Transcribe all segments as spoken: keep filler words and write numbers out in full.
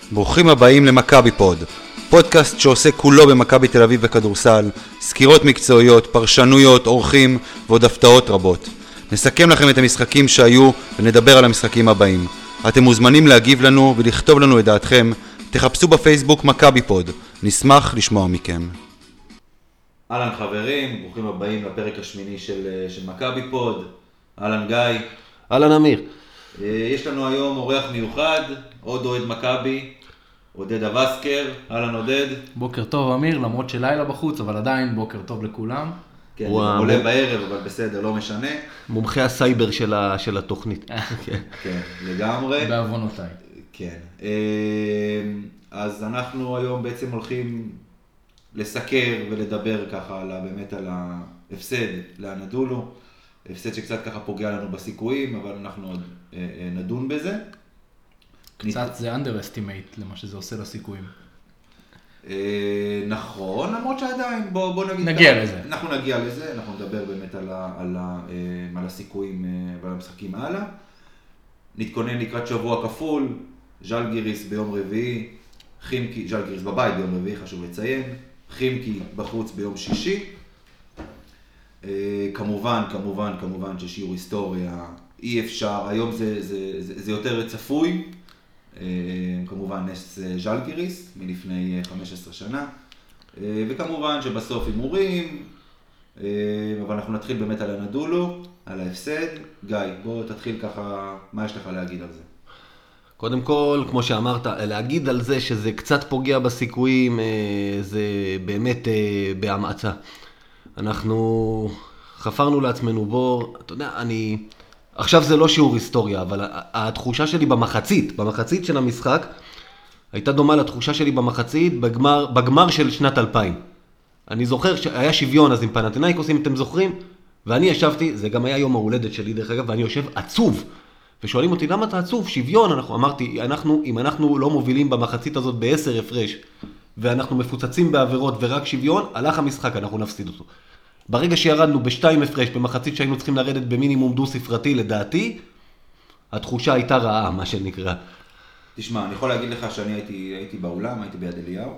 ברוכים הבאים למכבי פוד, פודקאסט שעושה כולו במכבי תל אביב בכדורסל, סקירות מקצועיות, פרשנויות, אורחים ועוד הפתעות רבות. נסכם לכם את המשחקים שהיו ונדבר על המשחקים הבאים. אתם מוזמנים להגיב לנו ולכתוב לנו את דעתכם, תחפשו בפייסבוק מכבי פוד, נשמח לשמוע מכם. אהלן חברים, ברוכים הבאים לפרק השמיני של, של מכבי פוד. אהלן גיא. אהלן אמיר. יש לנו היום אורח מיוחד, עוד אוהד מכבי, עודד אבסקר. אהלן עודד. בוקר טוב אמיר, למרות שלילה בחוץ, אבל עדיין בוקר טוב לכולם. כן, עולה בערב, אבל בסדר, לא משנה. מומחי הסייבר של, ה, של התוכנית. כן, לגמרי. בעוונותיי. כן. אז אנחנו היום בעצם הולכים לסקר ולדבר ככה על, באמת על ההפסד לאנדולו. הפסד שקצת ככה פוגע לנו בסיכויים, אבל אנחנו עוד אה, אה, נדון בזה. קצת זה underestimate למה שזה עושה לסיכויים. אה, נכון, למרות שעדיין, בוא, בוא נגיד... נגיע ככה, לזה. אנחנו נגיע לזה, אנחנו נדבר באמת על, ה, על, ה, אה, על הסיכויים אה, ועל המשחקים הלאה. נתכונן לקראת שבוע כפול, ז'לגיריס ביום רביעי, חימקי, ז'לגיריס בבית ביום רביעי, חשוב לציין, חימקי בחוץ ביום שישי. כמובן, כמובן, כמובן ששיעור היסטוריה אי אפשר, היום זה, זה, זה, זה יותר צפוי, כמובן נס ז'לגיריס מלפני חמש עשרה שנה, וכמובן שבסוף הימורים, אבל אנחנו נתחיל באמת על הנדולו, על ההפסד. גיא, בוא תתחיל ככה, מה יש לך להגיד על זה? קודם כל, כמו שאמרת, להגיד על זה שזה קצת פוגע בסיכויים, זה באמת בהמעצה. אנחנו חפרנו לעצמנו בור, אתה יודע, אני... עכשיו זה לא שיעור היסטוריה, אבל התחושה שלי במחצית, במחצית של המשחק, הייתה דומה לתחושה שלי במחצית בגמר, בגמר של שנת אלפיים. אני זוכר שהיה שוויון אז עם פנתינייקוס, אם אתם זוכרים, ואני ישבתי, זה גם היה יום ההולדת שלי דרך אגב, ואני יושב עצוב. ושואלים אותי, למה אתה עצוב? שוויון, אנחנו, אמרתי, אנחנו, אם אנחנו לא מובילים במחצית הזאת בעשר הפרש, ואנחנו מפוצצים בעבירות ורק שוויון, הלך המשחק, אנחנו נפסיד אותו. ברגע שירדנו בשתיים הפרש, במחצית שהיינו צריכים לרדת במינימום דו ספרתי, לדעתי, התחושה הייתה רעה, מה שנקרא. תשמע, אני יכול להגיד לך שאני הייתי, הייתי באולם, הייתי ביד אליהו,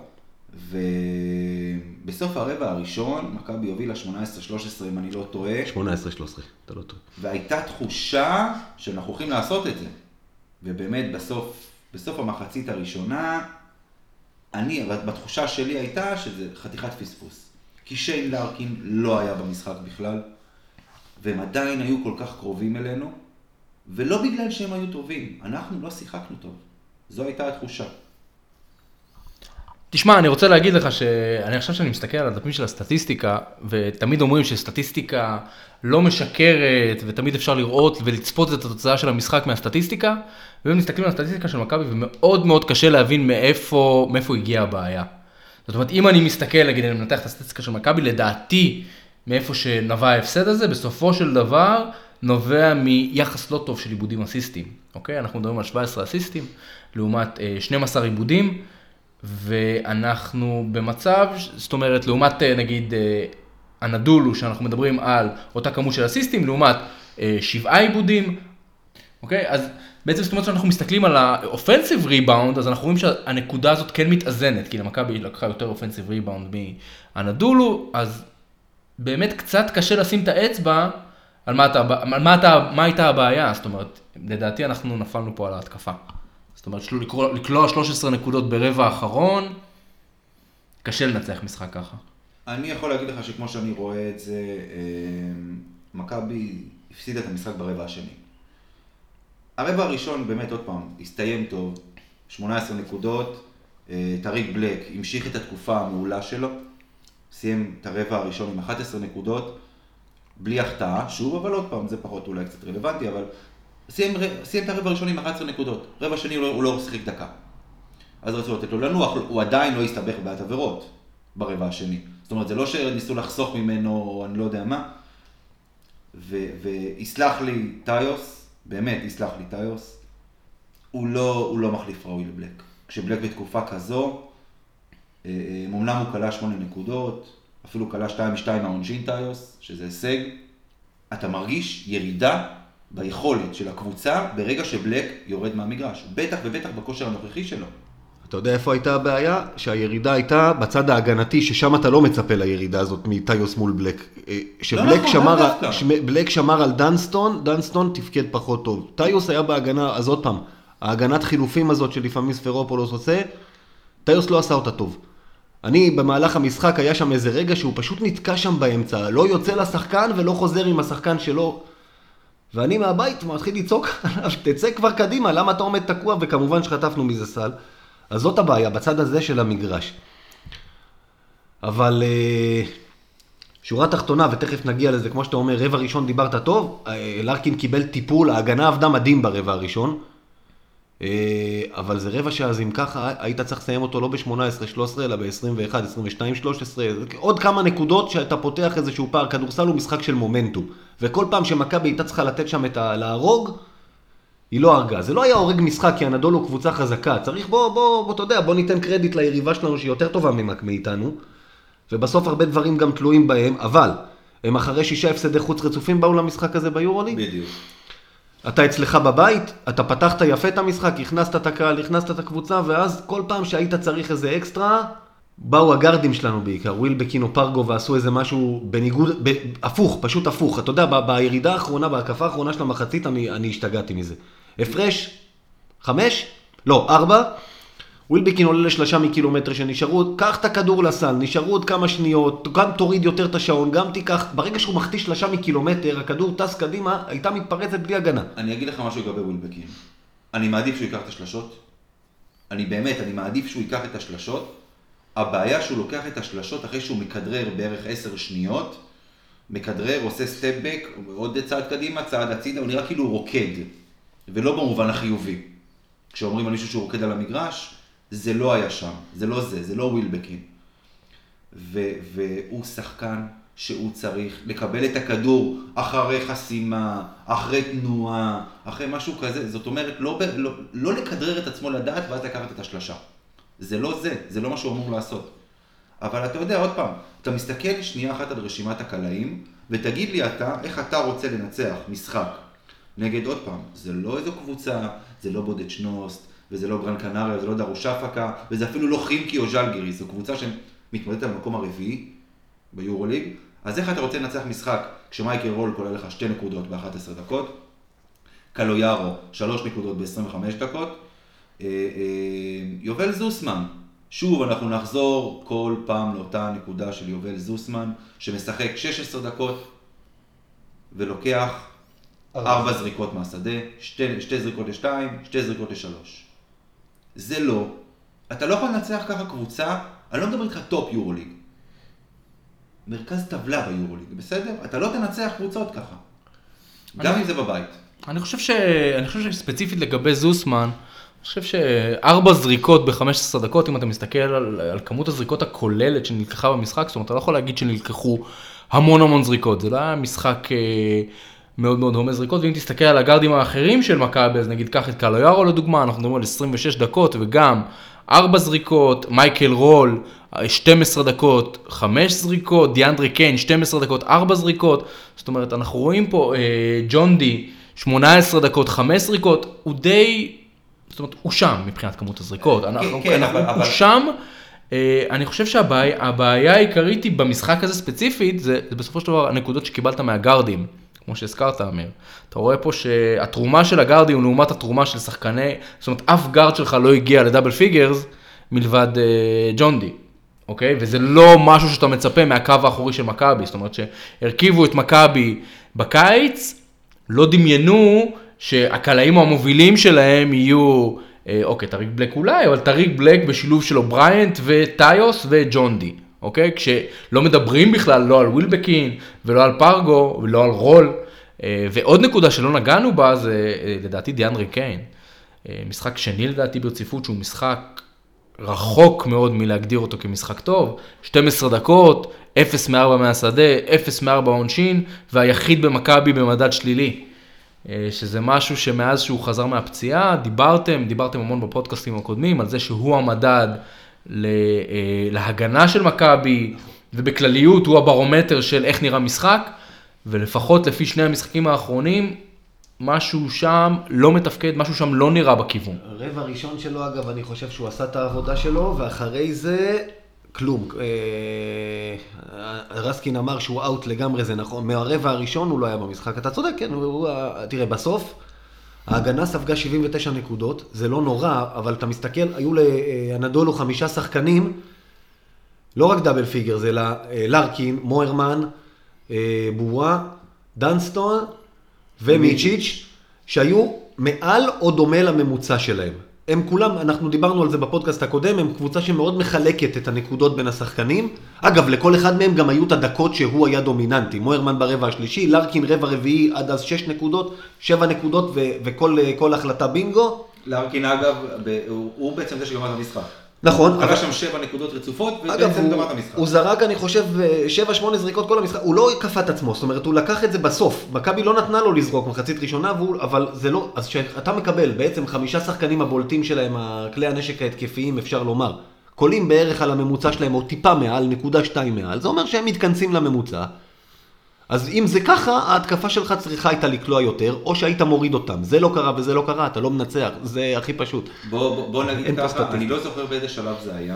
ובסוף הרבע הראשון, מכבי הובילה שמונה עשרה שלוש עשרה, אם אני לא טועה. שמונה עשרה שלוש עשרה, אתה לא טועה. והייתה תחושה שאנחנו הולכים לעשות את זה. ובאמת, בסוף, בסוף המחצית הראשונה, אני, בתחושה שלי הייתה שזה חתיכת פספוס. כי שיין לארקין לא היה במשחק בכלל, והם עדיין היו כל כך קרובים אלינו, ולא בגלל שהם היו טובים, אנחנו לא שיחקנו טוב. זו הייתה התחושה. תשמע, אני רוצה להגיד לך שאני עכשיו שאני מסתכל על הדפים של הסטטיסטיקה, ותמיד אומרים שסטטיסטיקה לא משקרת, ותמיד אפשר לראות ולצפות את התוצאה של המשחק מהסטטיסטיקה, והם מסתכלים על הסטטיסטיקה של מכבי, ומאוד מאוד קשה להבין מאיפה, מאיפה הגיעה הבעיה. זאת אומרת, אם אני מסתכל, נגיד, אני מנתח את הסטטיסטיקה של מכבי, לדעתי, מאיפה שנבע ההפסד הזה, בסופו של דבר, נובע מיחס לא טוב של עיבודים אסיסטיים. אוקיי? אנחנו מדברים על שבע עשרה אסיסטים, לעומת שנים עשר עיבודים, ואנחנו במצב, זאת אומרת, לעומת, נגיד, הנדולו, שאנחנו מדברים על אותה כמות של אסיסטים, לעומת שבעה עיבודים. אוקיי? אז בעצם זאת אומרת שאנחנו מסתכלים על האופנסיב ריבאונד, אז אנחנו רואים שהנקודה הזאת כן מתאזנת, כי למכבי לקחה יותר אופנסיב ריבאונד מהנדולו, אז באמת קצת קשה לשים את האצבע על מה, אתה, על מה, אתה, מה הייתה הבעיה. זאת אומרת, לדעתי אנחנו נפלנו פה על ההתקפה. זאת אומרת, לקרוא, לקלוע שלוש עשרה נקודות ברבע האחרון, קשה לנצח משחק ככה. אני יכול להגיד לך שכמו שאני רואה את זה, מכבי הפסידה את המשחק ברבע השני. הרבע הראשון באמת עוד פעם הסתיים טוב, שמונה עשרה נקודות, טריק בלק המשיך את התקופה המעולה שלו, סיים את הרבע הראשון עם אחת עשרה נקודות, בלי החטאה, שוב, אבל עוד פעם, זה פחות אולי קצת רלוונטי, אבל סיים, סיים את הרבע הראשון עם אחת עשרה נקודות, רבע שני הוא לא, הוא לא שיחק דקה. אז רצו לתת לו לנוח, הוא עדיין לא הסתבך בעיית עבירות ברבע השני. זאת אומרת, זה לא שניסו לחסוך ממנו, או אני לא יודע מה, ויסלח לי טיוס, באמת, יסלח לי טיוס, הוא לא, הוא לא מחליף ראוי לבלק. כשבלק בתקופה כזו, אמנם הוא קלה שמונה נקודות, אפילו קלה שתיים משתיים מהעונשין טיוס, שזה הישג, אתה מרגיש ירידה ביכולת של הקבוצה ברגע שבלק יורד מהמגרש, בטח ובטח בכושר הנוכחי שלו. אתה יודע איפה הייתה הבעיה? שהירידה הייתה בצד ההגנתי, ששם אתה לא מצפה לירידה הזאת מטיוס מול בלק. שבלק שמר, בלק שמר על דנסטון, דנסטון תפקד פחות טוב. טיוס היה בהגנה, אז עוד פעם, ההגנת חילופים הזאת שלפעמים ספרופולוס עושה, טיוס לא עשה אותה טוב. אני במהלך המשחק היה שם איזה רגע שהוא פשוט נתקע שם באמצע, לא יוצא לשחקן ולא חוזר עם השחקן שלו. ואני מהבית מתחיל לצעוק עליו, תצא כבר קדימה, למה אתה עומד תקוע? וכמובן שחטפנו מזה סל. אז זאת הבעיה, בצד הזה של המגרש. אבל שורה תחתונה, ותכף נגיע לזה, כמו שאתה אומר, רבע ראשון דיברת טוב, לרקין קיבל טיפול, ההגנה עבדה מדהים ברבע הראשון, אבל זה רבע שאז אם ככה, היית צריך לסיים אותו לא ב-שמונה עשרה שלוש עשרה, אלא ב-עשרים ואחת עשרים ושתיים שלוש עשרה, עוד כמה נקודות שאתה פותח איזשהו פער, כדורסל הוא משחק של מומנטום, וכל פעם שמכבי הייתה צריכה לתת שם את ה... להרוג, היא לא הרגה. זה לא היה הורג משחק, כי הנדול הוא קבוצה חזקה. צריך בוא, בוא, בוא, אתה יודע, בוא ניתן קרדיט ליריבה שלנו שהיא יותר טובה ממק מאיתנו, ובסוף הרבה דברים גם תלויים בהם, אבל הם אחרי שישה הפסדי חוץ רצופים באו למשחק הזה ביורוליג. בדיוק. אתה אצלך בבית, אתה פתחת יפה את המשחק, הכנסת את הקהל, הכנסת את הקבוצה, ואז כל פעם שהיית צריך איזה אקסטרה, באו הגרדים שלנו בעיקר, ווילבקין או פרגו, ועשו איזה משהו בניגוד, ב, הפוך, פשוט הפוך. אתה יודע, ב, בירידה האחרונה, בהקפה האחרונה של המחצית, אני, אני השתגעתי מזה. הפרש, חמש? לא, ארבע. ווילבקין עולה לשלושה מקילומטר שנשארו, קח את הכדור לסל, נשארו עוד כמה שניות, גם תוריד יותר את השעון, גם תיקח, ברגע שהוא מחטיא שלושה מקילומטר, הכדור טס קדימה, הייתה מתפרצת בלי הגנה. אני אגיד לך משהו לגבי ווילבקין. אני מעדיף שהוא ייקח את השלשות. אני באמת, אני מעדיף שהוא ייקח את השלשות. הבעיה שהוא לוקח את השלשות אחרי שהוא מקדרר בערך עשר שניות, מקדרר, עושה סטפבק, עוד צעד קדימה, צעד הצידה, הוא נראה כאילו הוא רוקד, ולא במובן החיובי. כשאומרים על מישהו שהוא רוקד על המגרש, זה לא היה שם, זה לא זה, זה לא ווילבקין. ו- והוא שחקן שהוא צריך לקבל את הכדור אחרי חסימה, אחרי תנועה, אחרי משהו כזה, זאת אומרת, לא, לא, לא לקדרר את עצמו לדעת ואז לקחת את השלשה. זה לא זה, זה לא מה שהוא אמור לעשות. אבל אתה יודע, עוד פעם, אתה מסתכל שנייה אחת על רשימת הקלעים, ותגיד לי אתה, איך אתה רוצה לנצח משחק נגד, עוד פעם, זה לא איזו קבוצה, זה לא בודד שנוסט, וזה לא גרן קנריה, זה לא דרוש אפקה, וזה אפילו לא חימקי או ז'לגיריס, זו קבוצה שמתמודדת על המקום הרביעי ביורוליג, אז איך אתה רוצה לנצח משחק כשמייקל רול כולל לך שתי נקודות ב-אחת עשרה דקות, קלויארו שלוש נקודות ב-עשרים וחמש דקות, יובל זוסמן, שוב אנחנו נחזור כל פעם לאותה נקודה של יובל זוסמן, שמשחק שש עשרה דקות ולוקח ארבע זריקות מהשדה, שתי, שתי זריקות לשתיים, שתי זריקות לשלוש. זה לא, אתה לא יכול לנצח ככה קבוצה, אני לא מדבר איתך טופ יורוליג, מרכז טבלה ביורוליג, בסדר? אתה לא תנצח קבוצות ככה, גם אם זה בבית. אני חושב ש... אני חושב שספציפית לגבי זוסמן, אני חושב שארבע זריקות ב-חמש עשרה דקות, אם אתה מסתכל על, על כמות הזריקות הכוללת שנלקחה במשחק, זאת אומרת, אתה לא יכול להגיד שנלקחו המון המון זריקות, זה לא היה משחק מאוד מאוד הומה זריקות, ואם תסתכל על הגארדים האחרים של מכבי, אז נגיד, קח את קלויארו לדוגמה, אנחנו מדברים על עשרים ושש דקות, וגם ארבע זריקות, מייקל רול, שתים עשרה דקות, חמש זריקות, דיאנדרי קיין, שתים עשרה דקות, ארבע זריקות, זאת אומרת, אנחנו רואים פה אה, ג'ון די, שמונה עשרה דקות, חמש זריקות, הוא די... זאת אומרת, הוא שם מבחינת כמות הזריקות. אנחנו, כן, אנחנו, אבל, הוא אבל... שם. אני חושב שהבעיה העיקרית היא במשחק הזה ספציפית, זה, זה בסופו של דבר הנקודות שקיבלת מהגארדים, כמו שהזכרת, אמיר. אתה רואה פה שהתרומה של הגארדים הוא לעומת התרומה של שחקני, זאת אומרת, אף גארד שלך לא הגיע לדאבל פיגרס מלבד uh, ג'ון די. אוקיי? וזה לא משהו שאתה מצפה מהקו האחורי של מכבי. זאת אומרת שהרכיבו את מכבי בקיץ, לא דמיינו שהקלעים המובילים שלהם יהיו, אוקיי, טריק בלק אולי, אבל טריק בלק בשילוב של אובריינט וטיוס וג'ון די, אוקיי? כשלא מדברים בכלל לא על ווילבקין ולא על פרגו ולא על רול. ועוד נקודה שלא נגענו בה זה לדעתי דיאנדרי קיין. משחק שני לדעתי ברציפות שהוא משחק רחוק מאוד מלהגדיר אותו כמשחק טוב. שתים עשרה דקות, אפס מארבע מהשדה, אפס מארבע עונשין, והיחיד במכבי במדד שלילי. שזה משהו שמאז שהוא חזר מהפציעה, דיברתם, דיברתם המון בפודקאסטים הקודמים, על זה שהוא המדד להגנה של מכבי, ובכלליות הוא הברומטר של איך נראה משחק, ולפחות לפי שני המשחקים האחרונים, משהו שם לא מתפקד, משהו שם לא נראה בכיוון. הרבע הראשון שלו, אגב, אני חושב שהוא עשה את העבודה שלו, ואחרי זה, כלום. רסקין אמר שהוא אאוט לגמרי, זה נכון. מהרבע הראשון הוא לא היה במשחק. אתה צודק, כן, הוא, הוא, תראה, בסוף, ההגנה ספגה שבעים ותשע נקודות, זה לא נורא, אבל אתה מסתכל, היו לאנדולו חמישה שחקנים, לא רק דאבל פיגר, זה לרקין, מוירמן, בואה, דנסטון ומיצ'יץ', שהיו מעל או דומה לממוצע שלהם. הם כולם, אנחנו דיברנו על זה בפודקאסט הקודם, הם קבוצה שמאוד מחלקת את הנקודות בין השחקנים. אגב, לכל אחד מהם גם היו את הדקות שהוא היה דומיננטי. מוירמן ברבע השלישי, לרקין רבע רביעי עד אז שש נקודות, שבע נקודות ו- וכל כל החלטה בינגו. לרקין אגב, ב- הוא, הוא בעצם זה שגמר את המשחק. נכון. הוא קרא שם שבע נקודות רצופות, ובעצם גמר את המשחק. הוא זרק, אני חושב, שבע שמונה זריקות כל המשחק, הוא לא קפא את עצמו, זאת אומרת, הוא לקח את זה בסוף. מכבי לא נתנה לו לזרוק מחצית ראשונה, והוא, אבל זה לא, אז שאתה מקבל בעצם חמישה שחקנים הבולטים שלהם, כלי הנשק ההתקפיים, אפשר לומר, קולים בערך על הממוצע שלהם, או טיפה מעל, נקודה שתיים מעל, זה אומר שהם מתכנסים לממוצע. אז אם זה ככה, ההתקפה שלך צריכה הייתה לקלוע יותר, או שהיית מוריד אותם. זה לא קרה וזה לא קרה, אתה לא מנצח, זה הכי פשוט. בוא, בוא, בוא נגיד ככה, אני לא זוכר באיזה שלב זה היה.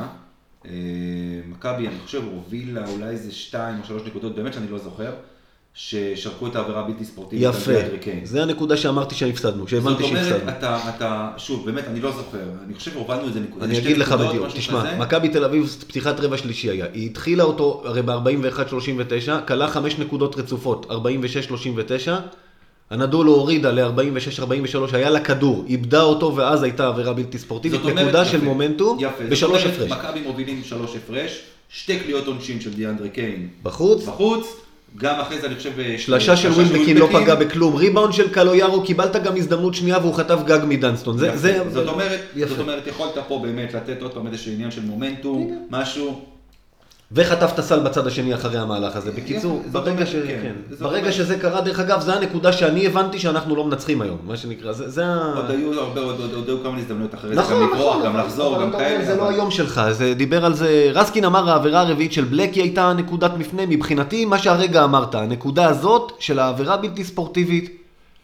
מכבי, אני חושב, הובילה אולי איזה שתיים או שלוש נקודות, באמת שאני לא זוכר, ששרקו את העבירה הבלתי ספורטיבית. יפה, זה הנקודה שאמרתי שהפסדנו, שהבנתי שהפסדנו. זאת אומרת, אתה, אתה, שוב, באמת, אני לא זוכר, אני חושב שהובלנו איזה נקודה. אני אגיד לך בדיוק, תשמע, מכבי תל אביב, פתיחת רבע שלישי היה, היא התחילה אותו הרי ב-ארבעים ואחת שלושים ותשע, קלה חמש נקודות רצופות, ארבעים ושש שלושים ותשע, הנדולו הורידה ל-ארבעים ושש ארבעים ושלוש, היה לה כדור, איבדה אותו ואז הייתה עבירה בלתי ספורטיבית, נקודה של מומנטום, בשלוש הפרש. מכבי מובילים שלוש הפרש, שתי קליעות עונשין של דיאנדרה קיין. בחוץ. בחוץ. גם אחרי זה אני חושב... שלשה של ווילבקין לא פגע בכלום, ריבאונד של קלויארו, קיבלת גם הזדמנות שנייה והוא חטף גג מדנסטון. זאת אומרת, יכולת פה באמת לתת עוד פעם איזשהו עניין של מומנטום, משהו... וחטפת סל בצד השני אחרי המהלך הזה. בקיצור, ברגע שזה קרה, דרך אגב, זה הנקודה שאני הבנתי שאנחנו לא מנצחים היום, מה שנקרא, זה ה... עוד היו הרבה, עוד היו כמה הזדמנויות אחרי זה, גם לברוח, גם לחזור, גם כאלה. זה לא היום שלך, זה דיבר על זה, רסקין אמר, העבירה הרביעית של בלקי הייתה נקודת מפנה, מבחינתי, מה שהרגע אמרת, הנקודה הזאת של העבירה בלתי ספורטיבית,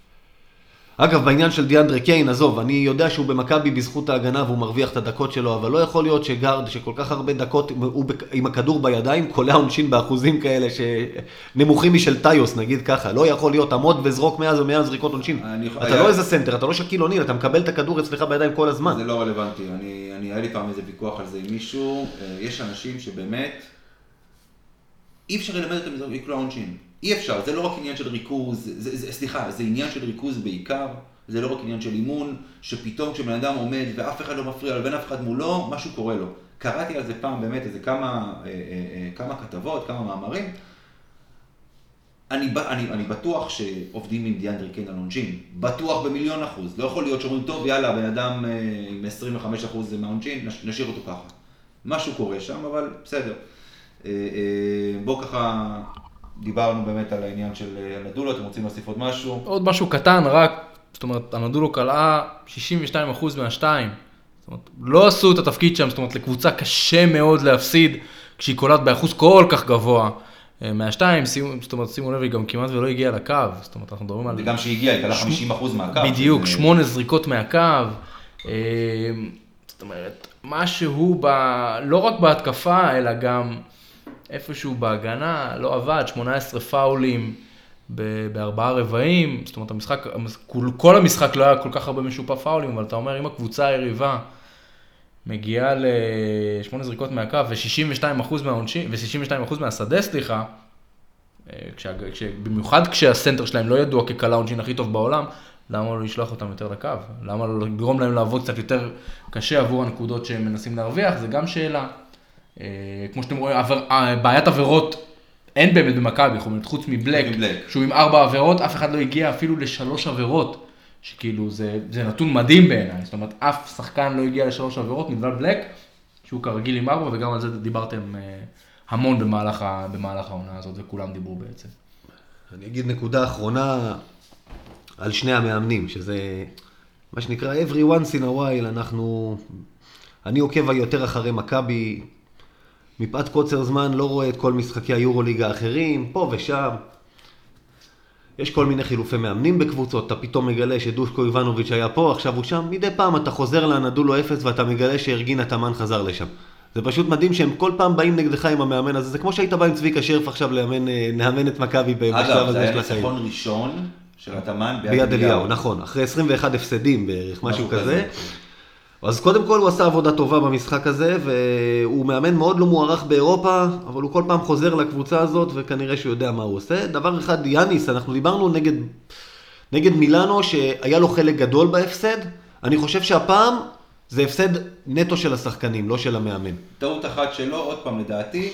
אגב, בעניין של דיאנדרה קיין, עזוב, אני יודע שהוא במכבי בזכות ההגנה והוא מרוויח את הדקות שלו, אבל לא יכול להיות שגארד, שכל כך הרבה דקות, הוא עם הכדור בידיים, קולע עונשין באחוזים כאלה שנמוכים משל טיוס, נגיד ככה. לא יכול להיות, עמוד וזרוק מאז ומאז זריקות עונשין. אתה לא איזה סנטר, אתה לא שקיל אוניל, אתה מקבל את הכדור אצלך בידיים כל הזמן. זה לא רלוונטי, אני, היה לי פעם איזה ויכוח על זה עם מישהו, יש אנשים שבאמת, אי אפשר ללמד אותם לקלוע עונשין. אי אפשר, זה לא רק עניין של ריכוז, זה, זה, סליחה, זה עניין של ריכוז בעיקר, זה לא רק עניין של אימון, שפתאום כשבן אדם עומד ואף אחד לא מפריע, לבין אף אחד מולו, משהו קורה לו. קראתי על זה פעם באמת איזה כמה, אה, אה, כמה כתבות, כמה מאמרים. אני, אני, אני בטוח שעובדים עם דיאנדרה קיין על עונשין, בטוח במיליון אחוז. לא יכול להיות שאומרים, טוב, יאללה, בן אדם אה, עם עשרים וחמישה אחוז מהעונשין, נשאיר אותו ככה. משהו קורה שם, אבל בסדר. אה, אה, בוא ככה... דיברנו באמת על העניין של הנדולו, אתם רוצים להוסיף עוד משהו? עוד משהו קטן, רק, זאת אומרת, הנדולו קלעה שישים ושתיים אחוז מהשתיים. זאת אומרת, לא עשו את התפקיד שם, זאת אומרת, לקבוצה קשה מאוד להפסיד, כשהיא קולעת באחוז כל כך גבוה. מהשתיים, זאת אומרת, שימו לב, היא גם כמעט ולא הגיעה לקו. זאת אומרת, אנחנו מדברים על... וגם שהיא הגיעה, היא קלעה חמישים אחוז מהקו. בדיוק, שמונה זריקות מהקו. זאת אומרת, משהו ב... לא רק בהתקפה, אלא גם... איפשהו בהגנה, לא עבד, שמונה עשרה פאולים בארבעה רבעים, זאת אומרת, המשחק, כל המשחק לא היה כל כך הרבה משופע פאולים, אבל אתה אומר, אם הקבוצה היריבה מגיעה לשמונה זריקות מהקו ו-שישים ושתיים אחוז מהעונשין, ו-שישים ושתיים אחוז מהשדה, סליחה, במיוחד כשהסנטר שלהם לא ידוע כקלה העונשין הכי טוב בעולם, למה לא לשלוח אותם יותר לקו? למה לא לגרום להם לעבוד קצת יותר קשה עבור הנקודות שהם מנסים להרוויח? זה גם שאלה. כמו שאתם רואים, בעיית עבירות אין באמת במכבי, חוץ מבלק, שהוא עם ארבע עבירות, אף אחד לא הגיע אפילו לשלוש עבירות, שכאילו זה, זה נתון מדהים בעיניי, זאת אומרת, אף שחקן לא הגיע לשלוש עבירות, מלבד בלק, שהוא כרגיל עם ארבע, וגם על זה דיברתם המון במהלך, במהלך העונה הזאת, וכולם דיברו בעצם. אני אגיד נקודה אחרונה על שני המאמנים, שזה מה שנקרא, every once in a while, אנחנו, אני עוקב יותר אחרי מכבי, מפאת קוצר זמן לא רואה את כל משחקי היורוליגה האחרים, פה ושם. יש כל מיני חילופי מאמנים בקבוצות, אתה פתאום מגלה שדושקו איבנוביץ' היה פה, עכשיו הוא שם, מדי פעם אתה חוזר לנדו לו אפס ואתה מגלה שהרגין התאמן חזר לשם. זה פשוט מדהים שהם כל פעם באים נגדך עם המאמן הזה, זה כמו שהיית בא עם צביקה שרף עכשיו לאמן, לאמן את מכבי בשלב הזה של החיים. אגב, זה היה ניצחון ראשון של התאמן ביד אליהו, נכון, אחרי עשרים ואחד הפסדים בערך, משהו כזה. אז קודם כל הוא עשה עבודה טובה במשחק הזה, והוא מאמן מאוד לא מוערך באירופה, אבל הוא כל פעם חוזר לקבוצה הזאת, וכנראה שהוא יודע מה הוא עושה. דבר אחד, יאניס, אנחנו דיברנו נגד, נגד מילאנו, שהיה לו חלק גדול בהפסד. אני חושב שהפעם זה הפסד נטו של השחקנים, לא של המאמן. טעות אחת שלו, עוד פעם לדעתי,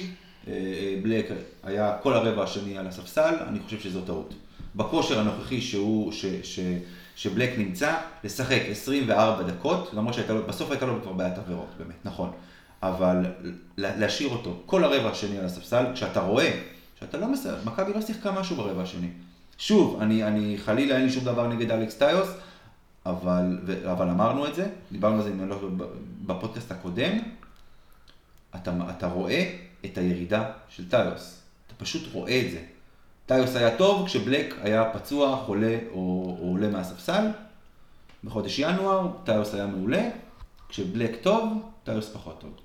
בלק היה כל הרבע השני על הספסל, אני חושב שזו טעות. בכושר הנוכחי שהוא, ש, ש, שבלק נמצא, לשחק עשרים וארבע דקות, למרות שבסוף הייתה לו כבר בעיית עבירות, באמת, נכון. אבל להשאיר אותו כל הרבע השני על הספסל, כשאתה רואה, שאתה לא מסר, מכבי לא שיחקה משהו ברבע השני. שוב, אני, אני חלילה אין לי שום דבר נגד אלכס טיוס, אבל, ו, אבל אמרנו את זה, דיברנו על זה בפודקאסט הקודם, אתה, אתה רואה את הירידה של טיוס, אתה פשוט רואה את זה. טיוס היה טוב כשבלק היה פצוע, חולה או, או עולה מהספסל. בחודש ינואר טיוס היה מעולה, כשבלק טוב, טיוס פחות טוב.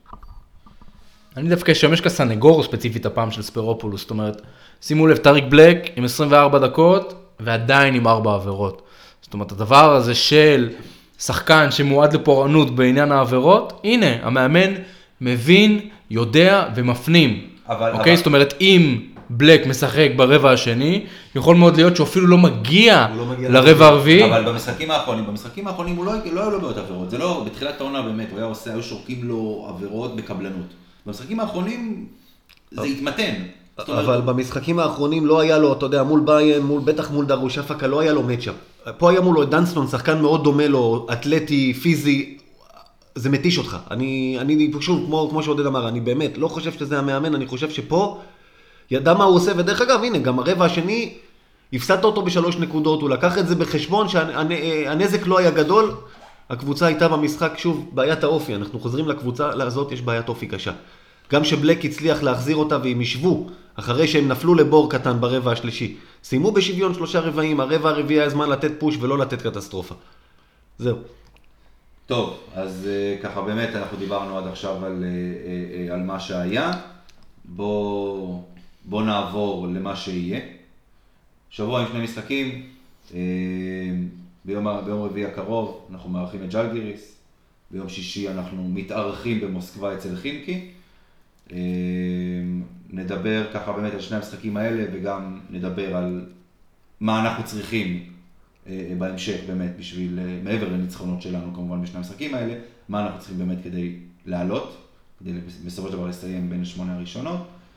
אני דווקא אשמש כסנגור ספציפית הפעם של ספירופולוס, זאת אומרת, שימו לב, טריק בלק עם עשרים וארבע דקות ועדיין עם ארבע עבירות. זאת אומרת, הדבר הזה של שחקן שמועד לפורענות בעניין העבירות, הנה, המאמן מבין, יודע ומפנים. אבל, אוקיי? אבל... זאת אומרת, אם בלק משחק ברבע השני, יכול מאוד להיות שהוא אפילו לא מגיע, לא מגיע לרבע הרביעי. אבל במשחקים האחרונים, במשחקים האחרונים הוא לא, לא היו לו בעיות עבירות. זה לא, בתחילת העונה באמת, הוא היה עושה, היו שורקים לו עבירות בקבלנות. במשחקים האחרונים זה התמתן. אבל במשחקים האחרונים לא היה לו, אתה יודע, מול ביין, מול, בטח מול דרוש אפקה, לא היה לו מצ'אפ. פה היה מולו דנסטון, שחקן מאוד דומה לו, אתלטי, פיזי, זה מתיש אותך. אני, אני שוב, כמו, כמו שעודד אמר, אני באמת לא חושב שזה המאמן, אני חושב שפה ידע מה הוא עושה, ודרך אגב, הנה, גם הרבע השני, הפסדת אותו בשלוש נקודות, הוא לקח את זה בחשבון שהנזק לא היה גדול, הקבוצה הייתה במשחק, שוב, בעיית האופי, אנחנו חוזרים לקבוצה, לזאת יש בעיית אופי קשה. גם שבלק הצליח להחזיר אותה והם ישבו, אחרי שהם נפלו לבור קטן ברבע השלישי. סיימו בשוויון שלושה רבעים, הרבע הרביעי היה זמן לתת פוש ולא לתת קטסטרופה. זהו. טוב, אז ככה באמת אנחנו דיברנו עד עכשיו על, על מה שהיה. בוא, בוא נעבור למה שיהיה. שבוע עם שני משחקים. ביום, ביום רביעי הקרוב אנחנו מארחים את ז'לגיריס. ביום שישי אנחנו מתארחים במוסקבה אצל חינקי. נדבר ככה באמת על שני המשחקים האלה וגם נדבר על מה אנחנו צריכים בהמשך באמת בשביל, מעבר לניצחונות שלנו כמובן בשני המשחקים האלה, מה אנחנו צריכים באמת כדי לעלות, כדי בסופו של דבר לסיים בין השמונה הראשונות.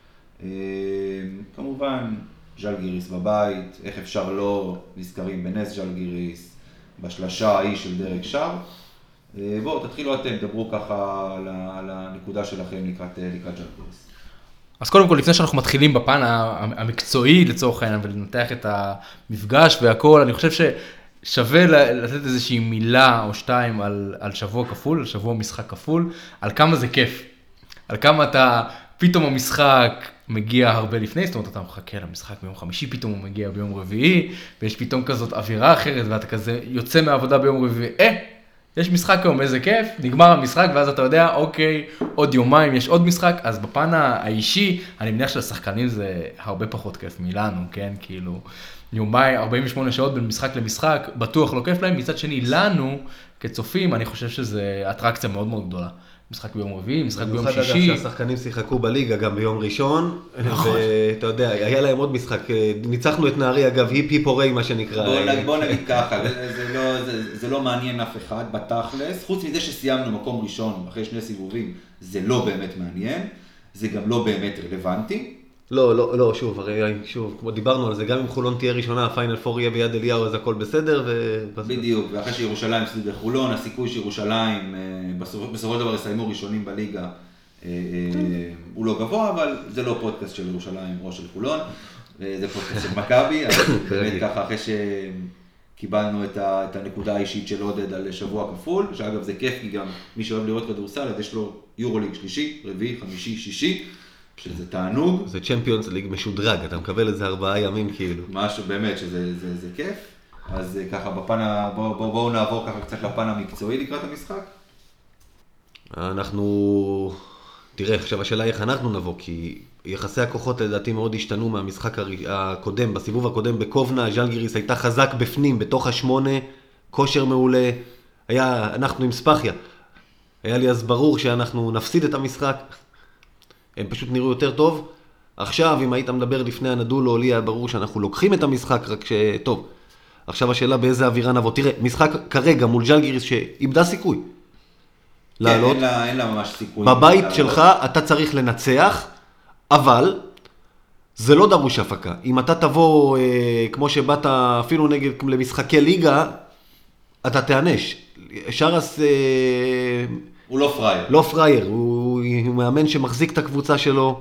כמובן, ז'לגיריס בבית, איך אפשר לא נזכרים בנס ז'לגיריס, בשלשה ההיא של דרק שר. בואו, תתחילו אתם, דברו ככה על, על הנקודה שלכם לקראת, לקראת ז'לגיריס. אז קודם כל, לפני שאנחנו מתחילים בפן המקצועי לצורך העניין ולנתח את המפגש והכל, אני חושב ששווה לתת איזושהי מילה או שתיים על, על שבוע כפול, על שבוע משחק כפול, על כמה זה כיף. על כמה אתה, פתאום המשחק מגיע הרבה לפני, זאת אומרת, אתה מחכה למשחק ביום חמישי, פתאום הוא מגיע ביום רביעי, ויש פתאום כזאת אווירה אחרת, ואתה כזה יוצא מהעבודה ביום רביעי, אה, יש משחק היום, איזה כיף, נגמר המשחק, ואז אתה יודע, אוקיי, עוד יומיים יש עוד משחק, אז בפן האישי, אני מניח שלשחקנים זה הרבה פחות כיף מילנו, כן, כאילו, יומיים, ארבעים ושמונה שעות בין משחק למשחק, בטוח לא כיף להם, מצד שני, לנו, כצופים, אני חושב שזה אטרקציה מאוד מאוד גדולה. משחק ביום רביעי, משחק ביום שישי. במיוחד אגב שהשחקנים שיחקו בליגה גם ביום ראשון. נכון. ואתה יודע, היה להם עוד משחק, ניצחנו את נהרי אגב, היפ היפ הורי מה שנקרא. בוא נגיד ככה, זה לא, זה, זה לא מעניין אף אחד בתכלס, חוץ מזה שסיימנו מקום ראשון אחרי שני סיבובים, זה לא באמת מעניין, זה גם לא באמת רלוונטי. לא, לא, לא, שוב, הרי שוב, כמו דיברנו על זה, גם אם חולון תהיה ראשונה, הפיינל פור יהיה ביד אליהו, אז הכל בסדר. ו... בדיוק, ואחרי שירושלים סביב לחולון, הסיכוי שירושלים בסופו של דבר יסיימו ראשונים בליגה, הוא לא גבוה, אבל זה לא פודקאסט של ירושלים או של חולון, זה פודקאסט של מכבי, אז באמת ככה אחרי שקיבלנו את הנקודה האישית של עודד על שבוע כפול, שאגב זה כיף, כי גם מי שאוהב לראות כדורסל, אז יש לו יורוליג שלישי, רביעי, חמישי, שישי, שזה תענוג. זה צ'מפיונס ליג משודרג, אתה מקבל את זה ארבעה ימים כאילו. משהו באמת שזה זה, זה כיף. אז ככה בפן, ה... בואו בוא, בוא נעבור ככה קצת לפן המקצועי לקראת המשחק. אנחנו... תראה, עכשיו השאלה איך אנחנו נבוא, כי יחסי הכוחות לדעתי מאוד השתנו מהמשחק הקודם, בסיבוב הקודם בקובנה, ז'לגיריס הייתה חזק בפנים, בתוך השמונה, כושר מעולה, היה, אנחנו עם ספחיה. היה לי אז ברור שאנחנו נפסיד את המשחק, הם פשוט נראו יותר טוב. עכשיו, אם היית מדבר לפני הנדולו, לי היה ברור שאנחנו לוקחים את המשחק, רק ש... טוב, עכשיו השאלה באיזה אווירה נבוא. תראה, משחק כרגע מול ז'לגיריס שאיבדה סיכוי. כן, אין לה, אין לה ממש סיכוי. בבית שלך אתה צריך לנצח, אבל זה לא דרוש הפקה. אם אתה תבוא, אה, כמו שבאת אפילו נגד למשחקי ליגה, אתה תענש. שרס... אה, הוא לא פרייר. לא פרייר, הוא, הוא מאמן שמחזיק את הקבוצה שלו,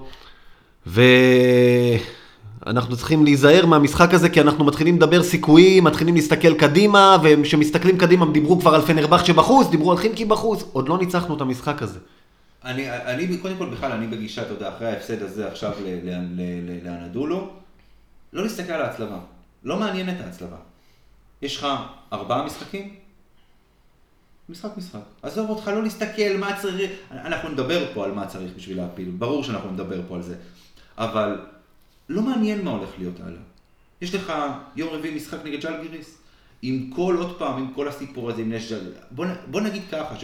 ואנחנו צריכים להיזהר מהמשחק הזה, כי אנחנו מתחילים לדבר סיכויים, מתחילים להסתכל קדימה, וכשמסתכלים קדימה, דיברו כבר על פנרבחצ'ה בחוץ, דיברו על חינקי בחוץ, עוד לא ניצחנו את המשחק הזה. אני, אני, קודם כל בכלל, אני בגישה, אתה יודע, אחרי ההפסד הזה עכשיו לאנדולו, לא להסתכל על ההצלבה. לא מעניין את ההצלבה. יש לך ארבעה משחקים? משחק משחק. עזוב אותך, לא להסתכל מה צריך, אנחנו נדבר פה על מה צריך בשביל להפיל, ברור שאנחנו נדבר פה על זה, אבל לא מעניין מה הולך להיות הלאה. יש לך יום רביעי משחק נגד ז'לגיריס, עם כל עוד פעם, עם כל הסיפור הזה, עם נש ז'לגיריס, בוא, בוא נגיד ככה,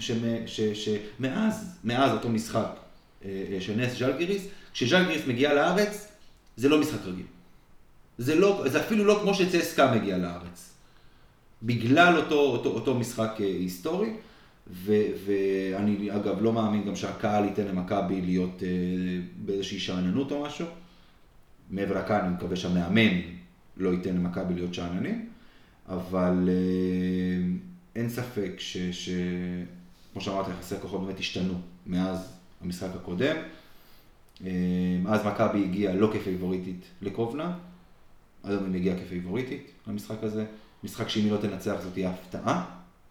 שמאז, מאז אותו משחק של נס ז'לגיריס, כשז'לגיריס מגיע לארץ, זה לא משחק רגיל. זה, לא, זה אפילו לא כמו שצסקה מגיע לארץ. בגלל אותו, אותו, אותו משחק היסטורי, ו, ואני אגב לא מאמין גם שהקהל ייתן למכבי להיות אה, באיזושהי שאננות או משהו. מעבר לכאן אני מקווה שהמאמן לא ייתן למכבי להיות שאננים, אבל אה, אין ספק ש, ש, כמו שאמרת, יחסי הכוחות באמת השתנו מאז המשחק הקודם. אה, אז מכבי הגיעה לא כפייבוריטית לקובנה, היום היא מגיעה כפייבוריטית למשחק הזה. משחק שאם היא לא תנצח זאת תהיה הפתעה.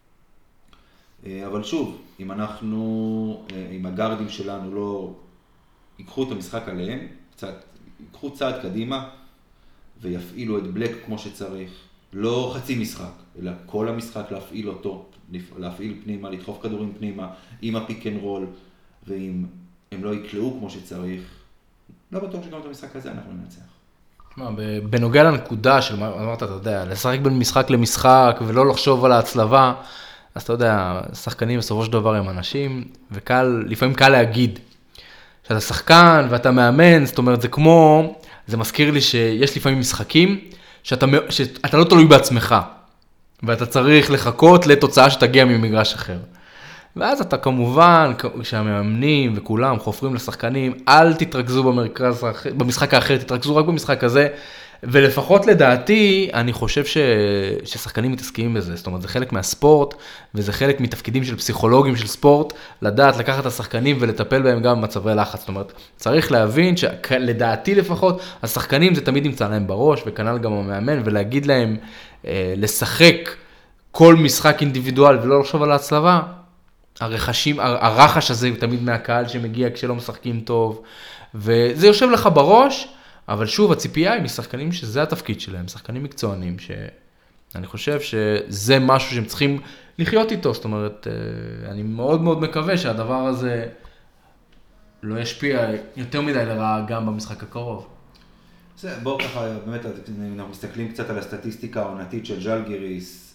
אבל שוב, אם אנחנו, אם הגארדים שלנו לא ייקחו את המשחק עליהם, קצת, ייקחו צעד קדימה ויפעילו את בלק כמו שצריך, לא חצי משחק, אלא כל המשחק להפעיל אותו, להפעיל פנימה, לדחוף כדורים פנימה, עם הפיק אנד רול, ואם הם לא יקלעו כמו שצריך, לא בטוח שגם את המשחק הזה אנחנו ננצח. בנוגע לנקודה של מה אמרת, אתה יודע, לשחק בין משחק למשחק ולא לחשוב על ההצלבה, אז אתה יודע, שחקנים בסופו של דבר הם אנשים, וקל, לפעמים קל להגיד שאתה שחקן ואתה מאמן, זאת אומרת, זה כמו, זה מזכיר לי שיש לפעמים משחקים שאתה, שאתה לא תלוי בעצמך, ואתה צריך לחכות לתוצאה שתגיע ממגרש אחר. ואז אתה כמובן, כשהמאמנים וכולם חופרים לשחקנים, אל תתרכזו במרכז, במשחק האחר, תתרכזו רק במשחק הזה, ולפחות לדעתי, אני חושב ש... ששחקנים מתעסקים בזה, זאת אומרת, זה חלק מהספורט, וזה חלק מתפקידים של פסיכולוגים של ספורט, לדעת לקחת את השחקנים ולטפל בהם גם במצבי לחץ, זאת אומרת, צריך להבין שלדעתי לפחות, השחקנים זה תמיד נמצא להם בראש, וכנ"ל גם המאמן, ולהגיד להם אה, לשחק כל משחק אינדיבידואל ולא לחשוב על ההצלבה, הרכשים, הרחש הזה תמיד מהקהל שמגיע כשלא משחקים טוב, וזה יושב לך בראש, אבל שוב, הציפייה היא משחקנים שזה התפקיד שלהם, שחקנים מקצוענים, שאני חושב שזה משהו שהם צריכים לחיות איתו, זאת אומרת, אני מאוד מאוד מקווה שהדבר הזה לא ישפיע יותר מדי לרעה גם במשחק הקרוב. זה, בואו ככה, באמת, אנחנו מסתכלים קצת על הסטטיסטיקה העונתית של ז'לגיריס,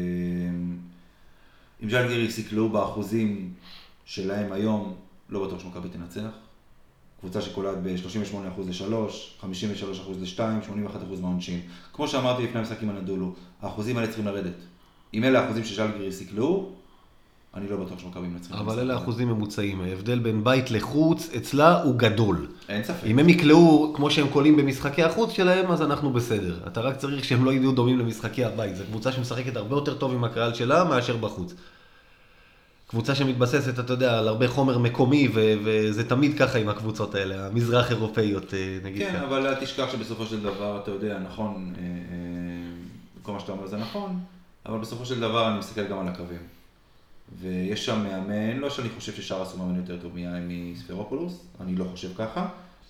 אם ז'לגיריס יקלעו באחוזים שלהם היום, לא בטוח שמכבי תנצח. קבוצה שקולעת ב-שלושים ושמונה אחוז ל-שלוש, חמישים ושלושה אחוז ל-שתיים, שמונים ואחד אחוז מהעונשין. כמו שאמרתי לפני המשחקים הנדולו, האחוזים האלה צריכים לרדת. אם אלה האחוזים שז'לגיריס יקלעו, אני לא בטוח שמכבי מנצחים. אבל אלה האחוזים ממוצעים. ההבדל בין בית לחוץ אצלה הוא גדול. אין ספק. אם הם יקלעו כמו שהם קולים במשחקי החוץ שלהם, אז אנחנו בסדר. אתה רק צריך שהם לא יהיו דומים למשחקי הבית. זו קבוצה שמשחקת הרבה יותר טוב עם הקהל שלה מאשר בחוץ. קבוצה שמתבססת, אתה יודע, על הרבה חומר מקומי, ו- וזה תמיד ככה עם הקבוצות האלה, המזרח אירופאיות, נגיד. כן, אבל אל תשכח שבסופו של דבר, אתה יודע, נכון, אה, אה, כל מה שאתה אומר זה נכון, אבל בסופו של דבר אני מסתכל גם על הקווים. ויש שם מאמן, לא שאני חושב ששרס הוא מאמן יותר טוב מספרופולוס, אני לא חושב ככה,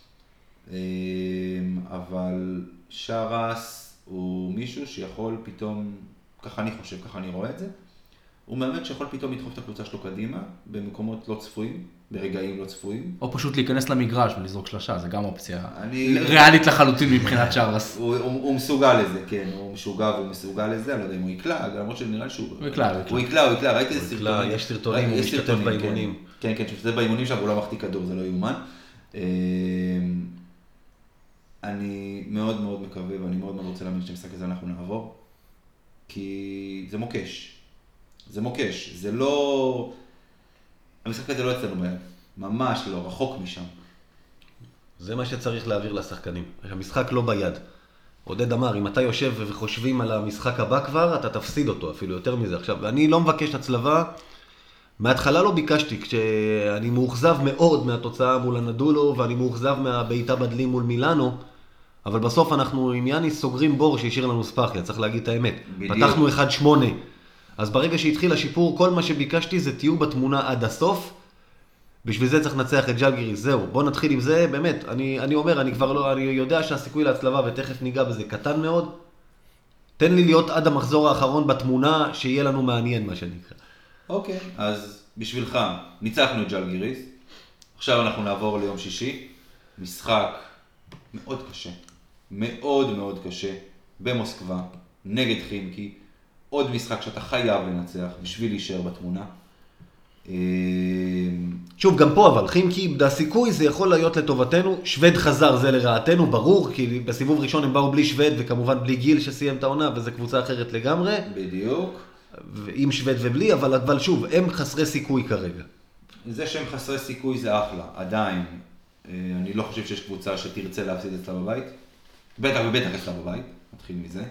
אבל שרס הוא מישהו שיכול פתאום, ככה אני חושב, ככה אני רואה את זה, הוא מאמן שיכול פתאום לדחוף את הקבוצה שלו קדימה, במקומות לא צפויים, ברגעים לא צפויים. או פשוט להיכנס למגרש ולזרוק שלשה, זה גם אופציה אני... ריאלית לחלוטין מבחינת שרס. הוא, הוא, הוא מסוגל לזה, כן, הוא משוגע והוא מסוגל לזה, אני לא יודע אם הוא יקלע, למרות שנראה לי שהוא... הוא יקלע, הוא יקלע, הוא יקלע, ראיתי איזה סרטונים. יש סרטונים, הוא משתתף באימונים. כן, כן, שמשתתף באימונים שם, הוא לא מחטיא כדור, זה לא יאומן. אני מאוד מאוד מקווה, ואני מאוד מאוד רוצה להאמין שהמשחק הזה אנחנו נעבור, כי זה מוקש. זה מוקש, זה לא... המשחק הזה לא אצלנו בהם, ממש לא, רחוק משם. זה מה שצריך להעביר לשחקנים. המשחק לא ביד. עודד אמר, אם אתה יושב וחושבים על המשחק הבא כבר, אתה תפסיד אותו, אפילו יותר מזה. עכשיו, אני לא מבקש הצלבה, מההתחלה לא ביקשתי, כשאני מאוכזב מאוד מהתוצאה מול הנדולו, ואני מאוכזב מהבעיטה בדלים מול מילאנו, אבל בסוף אנחנו עם יאניס סוגרים בור שהשאיר לנו ספאחיה, צריך להגיד את האמת. בדיוק. פתחנו אחד שמונה. אז ברגע שהתחיל השיפור, כל מה שביקשתי זה תהיו בתמונה עד הסוף. בשביל זה צריך לנצח את ז'לגיריס, זהו. בוא נתחיל עם זה, באמת. אני, אני אומר, אני כבר לא, אני יודע שהסיכוי להצלבה, ותכף ניגע בזה, קטן מאוד. תן לי להיות עד המחזור האחרון בתמונה, שיהיה לנו מעניין, מה שנקרא. אוקיי, אז בשבילך, ניצחנו את ז'לגיריס. עכשיו אנחנו נעבור ליום שישי. משחק מאוד קשה. מאוד מאוד קשה. במוסקבה, נגד חימקי. עוד משחק שאתה חייב לנצח בשביל להישאר בתמונה. שוב, גם פה אבל, חימקי איבדה סיכוי, זה יכול להיות לטובתנו. שווד חזר, זה לרעתנו, ברור, כי בסיבוב ראשון הם באו בלי שווד, וכמובן בלי גיל שסיים את העונה, וזו קבוצה אחרת לגמרי. בדיוק. עם שווד ובלי, אבל, אבל שוב, הם חסרי סיכוי כרגע. זה שהם חסרי סיכוי זה אחלה, עדיין. אני לא חושב שיש קבוצה שתרצה להפסיד אצלה בבית. בטח ובטח אצלה בבית, נתחיל מזה.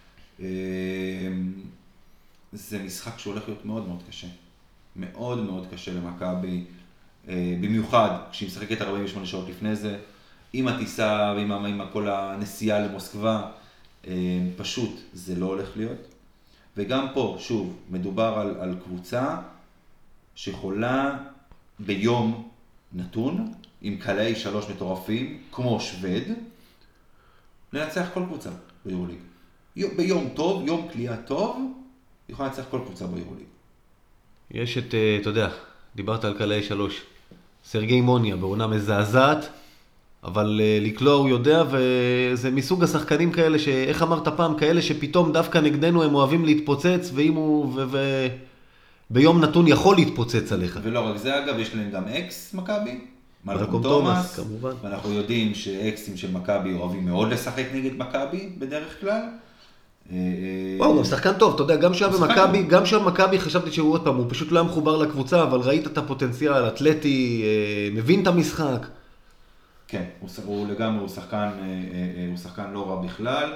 זה משחק שהולך להיות מאוד מאוד קשה. מאוד מאוד קשה למכבי, במיוחד כשהיא משחקת ארבעים ושמונה שעות לפני זה, עם הטיסה ועם עם כל הנסיעה למוסקבה, פשוט זה לא הולך להיות. וגם פה, שוב, מדובר על, על קבוצה שיכולה ביום נתון, עם קלעי שלוש מטורפים, כמו שווד, לנצח כל קבוצה ביורוליג. ביום טוב, יום קליעה טוב, יכולה לנצח כל קבוצה ביורוליג. יש את, אתה יודע, דיברת על קלעי שלוש, סרגי מוניה, בעונה מזעזעת, אבל לקלוע הוא יודע, וזה מסוג השחקנים כאלה, שאיך אמרת פעם, כאלה שפתאום דווקא נגדנו הם אוהבים להתפוצץ, ואם הוא, ו... ו... ביום נתון יכול להתפוצץ עליך. ולא רק זה אגב, יש להם גם אקס מכבי, מלקום תומאס, כמובן. ואנחנו יודעים שאקסים של מכבי אוהבים מאוד לשחק נגד מכבי בדרך כלל. וואו, גם שחקן טוב, אתה יודע, גם שהיה במכבי, גם שהיה במכבי חשבתי שהוא עוד פעם, הוא פשוט לא היה מחובר לקבוצה, אבל ראית את הפוטנציאל, אתלטי, מבין את המשחק. כן, הוא לגמרי, הוא שחקן, הוא שחקן לא רע בכלל.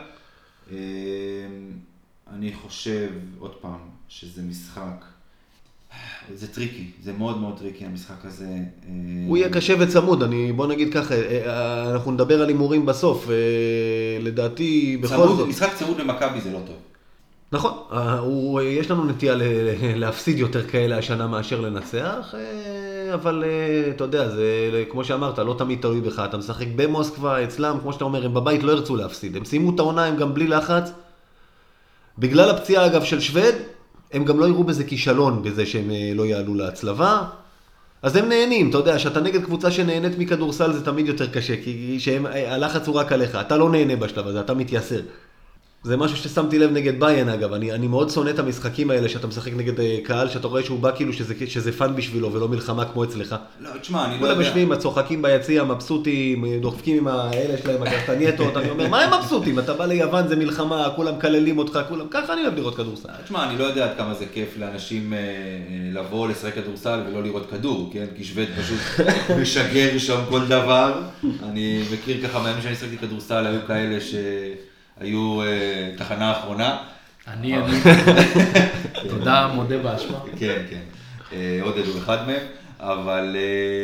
אני חושב, עוד פעם, שזה משחק, זה טריקי, זה מאוד מאוד טריקי המשחק הזה. הוא יהיה קשה וצמוד, אני, בוא נגיד ככה, אנחנו נדבר על הימורים בסוף, לדעתי בכל זאת. משחק צמוד למכבי זה לא טוב. נכון, הוא, יש לנו נטייה להפסיד יותר כאלה השנה מאשר לנצח, אבל אתה יודע, זה כמו שאמרת, לא תמיד תלוי בך, אתה משחק במוסקבה, אצלם, כמו שאתה אומר, הם בבית לא ירצו להפסיד, הם סיימו את העונה, הם גם בלי לחץ, בגלל הפציעה אגב של שווד, הם גם לא יראו בזה כישלון, בזה שהם לא יעלו להצלבה, אז הם נהנים, אתה יודע, שאתה נגד קבוצה שנהנית מכדורסל זה תמיד יותר קשה, כי שהם, הלחץ הוא רק עליך, אתה לא נהנה בשלב הזה, אתה מתייסר. זה משהו ששמתי לב נגד ביין אגב, אני, אני מאוד שונא את המשחקים האלה שאתה משחק נגד קהל, שאתה רואה שהוא בא כאילו שזה, שזה פן בשבילו ולא מלחמה כמו אצלך. לא, תשמע, אני לא יודע. כולם משווים, הצוחקים ביציע, מבסוטים, דוחפקים עם האלה שלהם, הגרטנייטות, אני אומר, מה הם מבסוטים? אתה בא ליוון, זה מלחמה, כולם כללים אותך, כולם, ככה אני אוהב לראות כדורסל. תשמע, אני לא יודע עד כמה זה כיף לאנשים לבוא, לשחק כדורסל ולא לראות כדור, כן? כי שווד פשוט משגר שם כל דבר. אני מכיר ככה, מהימים שאני שחקתי כדורסל, היו כאלה ש... היו תחנה האחרונה. אני, אני. תודה, מודה באשמה. כן, כן. עודד הוא אחד מהם, אבל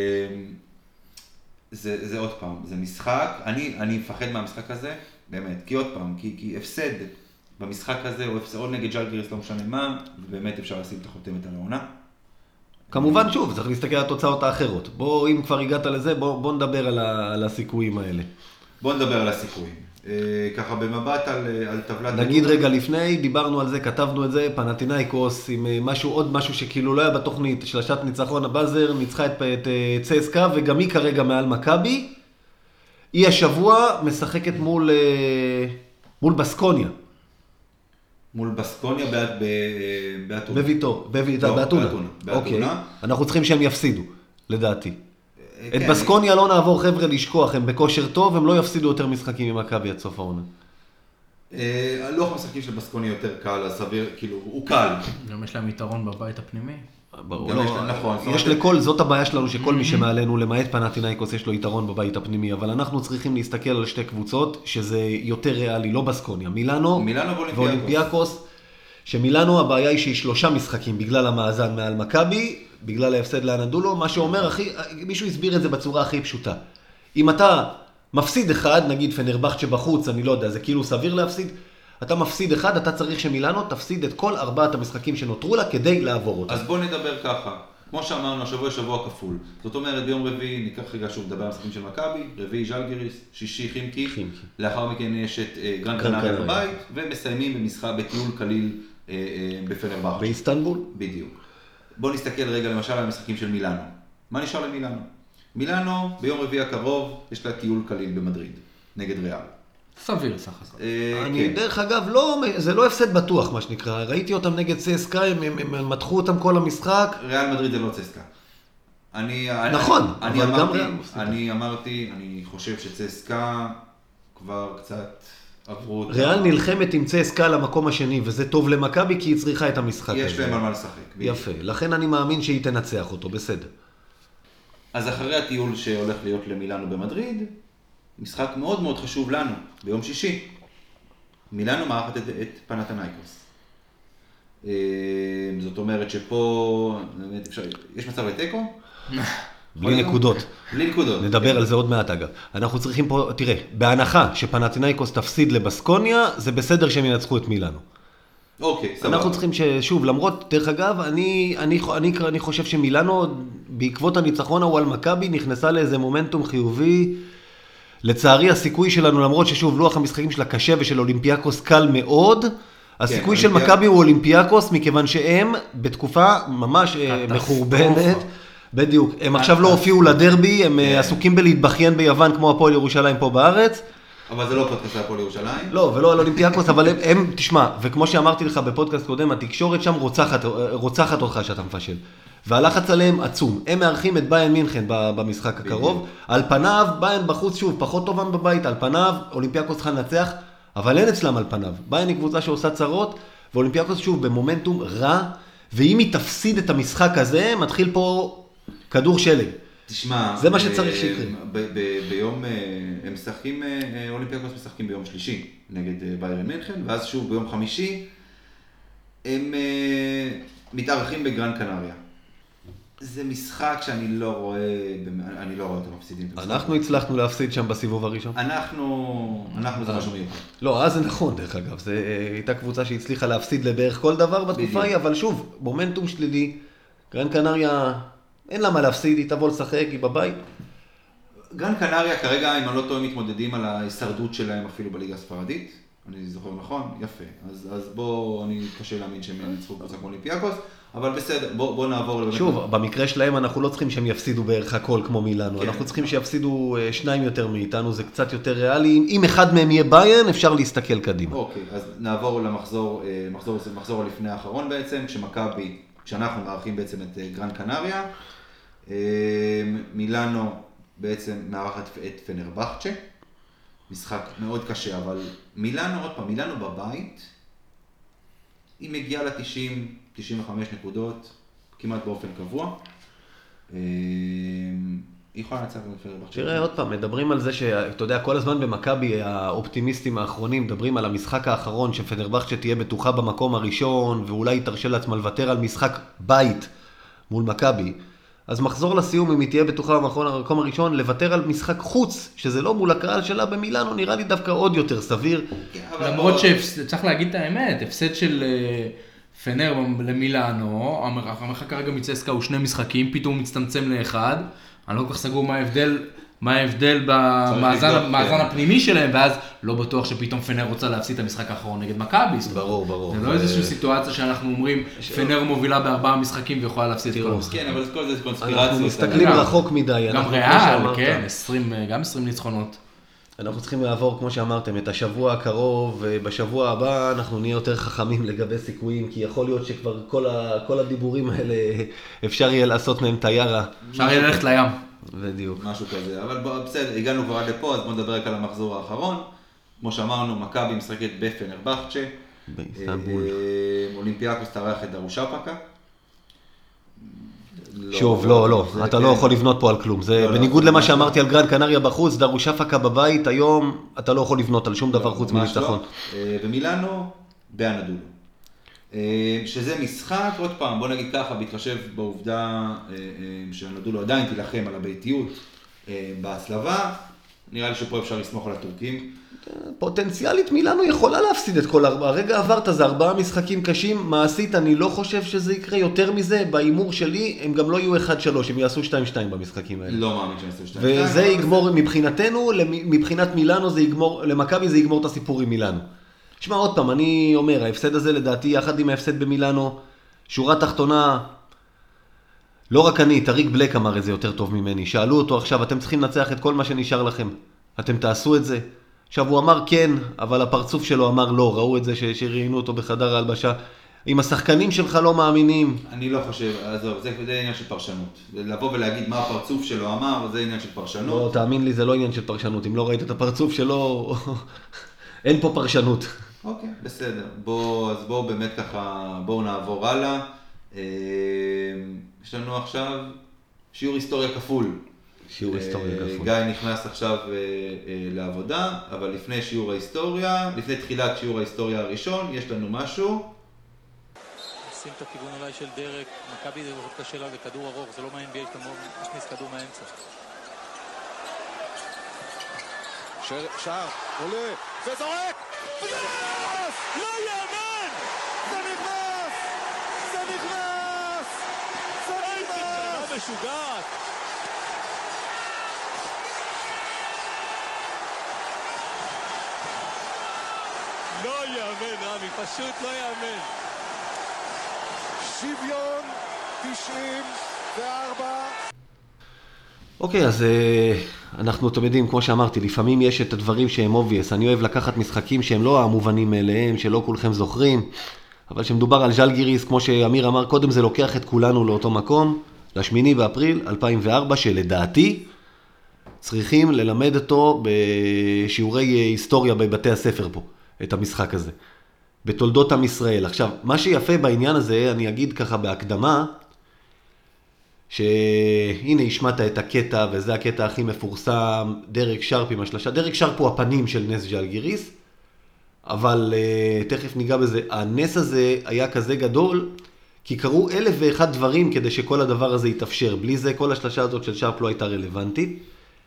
זה, זה עוד פעם, זה משחק, אני, אני מפחד מהמשחק הזה, באמת, כי עוד פעם, כי, כי הפסד במשחק הזה, או הפסד, או נגד ז'לגיריס, לא משנה מה, ובאמת אפשר לשים את החותמת על העונה. כמובן, שוב, צריך להסתכל על התוצאות האחרות. בוא, אם כבר הגעת לזה, בוא, בוא נדבר על, ה, על הסיכויים האלה. בוא נדבר על הסיכויים. ככה במבט על, על טבלת... נגיד רגע לפני, דיברנו על זה, כתבנו את זה, פנתינייקוס עם משהו, עוד משהו שכאילו לא היה בתוכנית, שלשת ניצחון הבאזר, ניצחה את, את צסקה, וגם היא כרגע מעל מכבי. היא השבוע משחקת מול, מול בסקוניה. מול בסקוניה באתונה. בביתו, באתונה. אוקיי, אנחנו צריכים שהם יפסידו, לדעתי. את בסקוניה לא נעבור חבר'ה לשכוח, הם בכושר טוב, הם לא יפסידו יותר משחקים ממכבי עד סוף העונה. הלוח המשחקים של בסקוניה יותר קל, הסביר, כאילו, הוא קל. גם יש להם יתרון בבית הפנימי. ברור, יש לכל, זאת הבעיה שלנו, שכל מי שמעלינו, למעט פנתינייקוס, יש לו יתרון בבית הפנימי, אבל אנחנו צריכים להסתכל על שתי קבוצות, שזה יותר ריאלי, לא בסקוניה, מילאנו ואולימפיאקוס, שמילאנו הבעיה היא שהיא שלושה משחקים, בגלל המאזן מעל מכבי, בגלל ההפסד לאנדולו, מה שאומר, הכי, מישהו הסביר את זה בצורה הכי פשוטה. אם אתה מפסיד אחד, נגיד פנרבחצ'ה בחוץ, אני לא יודע, זה כאילו סביר להפסיד, אתה מפסיד אחד, אתה צריך שמילאנו תפסיד את כל ארבעת המשחקים שנותרו לה כדי לעבור אותה. אז בוא נדבר ככה, כמו שאמרנו, השבוע שבוע כפול. זאת אומרת, ביום רביעי, ניקח רגע שוב, נדבר על המשחקים של מכבי, רביעי ז'לגיריס, שישי חימקי, חימקי. לאחר מכן יש את גרן קנריה בבית, ומסיימים במשחק בטיול קליל בפנרבחצ'ה. באיסטנבול? בדיוק. בוא נסתכל רגע למשל על המשחקים של מילאנו. מה נשאר למילאנו? מילאנו ביום רביעי הקרוב יש לה טיול קליל במדריד, נגד ריאל. סביר סך הכל. אני דרך אגב, זה לא הפסד בטוח מה שנקרא, ראיתי אותם נגד צסקה, הם מתחו אותם כל המשחק. ריאל מדריד זה לא צסקה. נכון, אבל גם ריאל. אני אמרתי, אני חושב שצסקה כבר קצת... ריאל נלחמת עם צסקה למקום השני, וזה טוב למכבי כי היא צריכה את המשחק הזה. יש להם על מה לשחק. יפה, לכן אני מאמין שהיא תנצח אותו, בסדר. אז אחרי הטיול שהולך להיות למילאנו במדריד, משחק מאוד מאוד חשוב לנו, ביום שישי. מילאנו מארחת את, את פנתינייקוס. זאת אומרת שפה, באמת אפשר, יש מצב לתיקו? בלי נקודות. בלי נקודות. נדבר על זה עוד מעט אגב. אנחנו צריכים פה, תראה, בהנחה שפנתינייקוס תפסיד לבסקוניה, זה בסדר שהם ינצחו את מילאנו. אוקיי, סבבה. אנחנו צריכים ששוב, למרות, דרך אגב, אני, אני, אני, אני חושב שמילאנו, בעקבות הניצחון ההוא על מכבי, נכנסה לאיזה מומנטום חיובי. לצערי, הסיכוי שלנו, למרות ששוב, לוח המשחקים שלה קשה ושל אולימפיאקוס קל מאוד, הסיכוי של מכבי הוא אולימפיאקוס, מכיוון שהם בתקופה ממש מחורבנת. בדיוק, הם עכשיו לא הופיעו לדרבי, הם עסוקים בלהתבכיין ביוון כמו הפועל ירושלים פה בארץ. אבל זה לא פודקאסט על הפועל ירושלים? לא, ולא על אולימפיאקוס, אבל הם, הם, תשמע, וכמו שאמרתי לך בפודקאסט קודם, התקשורת שם רוצחת, רוצחת אותך שאתה מפשל. והלחץ עליהם עצום. הם מארחים את ביין מינכן במשחק הקרוב. על פניו, ביין בחוץ שוב, פחות טובם בבית, על פניו, אולימפיאקוס צריכה לנצח, אבל אין אצלם על פניו. ביין היא קבוצה שעושה צרות, ואולימפיאקוס שוב במומנטום רע, ואם היא תפסיד את המשחק הזה, מתחיל פה כדור שלג. תשמע, זה מה שצריך שיקרה. ביום, הם משחקים, אולימפיאקוס משחקים ביום שלישי נגד ביירן מינכן, ואז שוב ביום חמישי, הם מתארחים בגרן קנריה. זה משחק שאני לא רואה, אני לא רואה אותם מפסידים. אנחנו הצלחנו להפסיד שם בסיבוב הראשון. אנחנו, אנחנו זה משהו מיוחד. לא, אז זה נכון דרך אגב, זו הייתה קבוצה שהצליחה להפסיד לבערך כל דבר בתקופה היא, אבל שוב, מומנטום שלילי, גרן קנריה, אין לה מה להפסיד, היא תבוא לשחק, היא בבית. גרן קנריה כרגע, אם אני לא טועה, מתמודדים על ההישרדות שלהם אפילו בליגה הספרדית. אני זוכר נכון? יפה. אז, אז בוא, אני קשה להאמין שהם ינצחו קבוצה כמו אולימפיאקוס, אבל בסדר, בוא, בוא נעבור. שוב, במקרה שלהם אנחנו לא צריכים שהם יפסידו בערך הכל כמו מילאנו, כן. אנחנו צריכים שיפסידו שניים יותר מאיתנו, זה קצת יותר ריאלי. אם אחד מהם יהיה ביין, אפשר להסתכל קדימה. אוקיי, אז נעבור למחזור, מחזור, מחזור לפני האחרון בעצם, כשמכבי, כשאנחנו מארחים בעצם את גרן קנריה. מילאנו בעצם מארחת את פנרבחצ'ה, משחק מאוד קשה, אבל מילאנו, עוד פעם, מילאנו בבית, היא מגיעה ל-תשעים, תשעים וחמש נקודות, כמעט באופן קבוע. היא יכולה לנצח עם פנרבחצ'ה. תראה, עוד פעם, מדברים על זה שאתה יודע, כל הזמן במכבי, האופטימיסטים האחרונים, מדברים על המשחק האחרון, שפנרבחצ'ה תהיה בטוחה במקום הראשון, ואולי היא תרשה לעצמה לוותר על משחק בית מול מכבי. אז מחזור לסיום, אם היא תהיה בטוחה במקום הראשון, לוותר על משחק חוץ, שזה לא מול הקהל שלה במילאנו, נראה לי דווקא עוד יותר סביר. למרות שצריך להגיד את האמת, הפסד של פנר למילאנו, המרחק כרגע מצסקה הוא שני משחקים, פתאום הוא מצטמצם לאחד, אני לא כל כך סגור מה ההבדל, מה ההבדל במאזן הפנימי שלהם, ואז לא בטוח שפתאום פנר רוצה להפסיד את המשחק האחרון נגד מכבי. ברור, ברור. זה לא איזושהי סיטואציה שאנחנו אומרים, פנר מובילה בארבעה משחקים ויכולה להפסיד את כל המשחק. כן, אבל כל זה קונספירציה. אנחנו מסתכלים רחוק מדי. גם ריאל, כן, גם עשרים ניצחונות. אנחנו צריכים לעבור, כמו שאמרתם, את השבוע הקרוב, ובשבוע הבא אנחנו נהיה יותר חכמים לגבי סיכויים, כי יכול להיות שכבר כל, ה, כל הדיבורים האלה אפשר יהיה לעשות מהם תיירה. אפשר יהיה ללכת לים. בדיוק. משהו כזה, אבל בסדר, הגענו כבר עד לפה, אז בואו נדבר רק על המחזור האחרון. כמו שאמרנו, מכבי משחקת בפנרבחצ'ה. באיסטנבול. אולימפיאקוס תארח את דרושפקה. שוב, לא, לא, אתה לא יכול לבנות פה על כלום. זה בניגוד למה שאמרתי על גרן קנריה בחוץ, דרושפקה בבית, היום אתה לא יכול לבנות על שום דבר חוץ מניצחון. ומילאנו באנדולו. שזה משחק, עוד פעם, בוא נגיד ככה, בהתחשב בעובדה שאנדולו עדיין תילחם על הביתיות בהצלבה, נראה לי שפה אפשר לסמוך על הטורקים. פוטנציאלית מילאנו יכולה להפסיד את כל ארבעה. הרגע עברת, זה ארבעה משחקים קשים. מעשית, אני לא חושב שזה יקרה יותר מזה. באימור שלי, הם גם לא יהיו אחד שלוש, הם יעשו שתיים שתיים במשחקים האלה. לא מאמין שהם יעשו שתיים שתיים. וזה יגמור מבחינתנו, מבחינת מילאנו זה יגמור, למכבי זה יגמור את הסיפור עם מילאנו. תשמע, עוד פעם, אני אומר, ההפסד הזה לדעתי, יחד עם ההפסד במילאנו, שורה תחתונה, לא רק אני, טריק בלק אמר את זה יותר טוב ממני. שאלו אותו עכשיו, אתם צריכים לנצח את כל מה שנשאר לכם. אתם תעשו את זה. עכשיו הוא אמר כן, אבל הפרצוף שלו אמר לא, ראו את זה שראיינו אותו בחדר ההלבשה. אם השחקנים שלך לא מאמינים... אני לא חושב, עזוב, זה, זה עניין של פרשנות. לבוא ולהגיד מה הפרצוף שלו אמר, זה עניין של פרשנות. לא, תאמין לי, זה לא עניין של פרשנות. אם לא ראית את הפרצוף שלו, אין פה פרשנות. אוקיי, בסדר. בוא, אז בואו באמת ככה, בואו נעבור הלאה. יש לנו עכשיו שיעור היסטוריה כפול. שיעור היסטוריה כפול. גיא נכנס עכשיו לעבודה, אבל לפני שיעור ההיסטוריה, לפני תחילת שיעור ההיסטוריה הראשון, יש לנו משהו. שים את הכיוון אולי של דרק, מכבי זה מאוד קשה לה, זה כדור ארוך, זה לא מה-אן בי איי שאתה מכניס כדור מהאמצע. שער, עולה, וזורק! נכנס! לא יאמן! זה נכנס! זה נכנס! זה נכנס! זה משוגעת! לא יאמן, רמי, פשוט לא יאמן. שוויון תשעים וארבע. אוקיי, אז אנחנו אתם יודעים, כמו שאמרתי, לפעמים יש את הדברים שהם obvious. אני אוהב לקחת משחקים שהם לא המובנים מאליהם, שלא כולכם זוכרים, אבל שמדובר על ז'לגיריס, כמו שאמיר אמר קודם, זה לוקח את כולנו לאותו מקום, לשמיני באפריל אלפיים וארבע, שלדעתי צריכים ללמד אותו בשיעורי היסטוריה בבתי הספר פה, את המשחק הזה, בתולדות עם ישראל. עכשיו, מה שיפה בעניין הזה, אני אגיד ככה בהקדמה, שהנה השמעת את הקטע, וזה הקטע הכי מפורסם, דרק שרפ עם השלשה. דרק שרפ הוא הפנים של נס ז'לגיריס, אבל uh, תכף ניגע בזה. הנס הזה היה כזה גדול, כי קרו אלף ואחד דברים כדי שכל הדבר הזה יתאפשר. בלי זה כל השלשה הזאת של שרפ לא הייתה רלוונטית.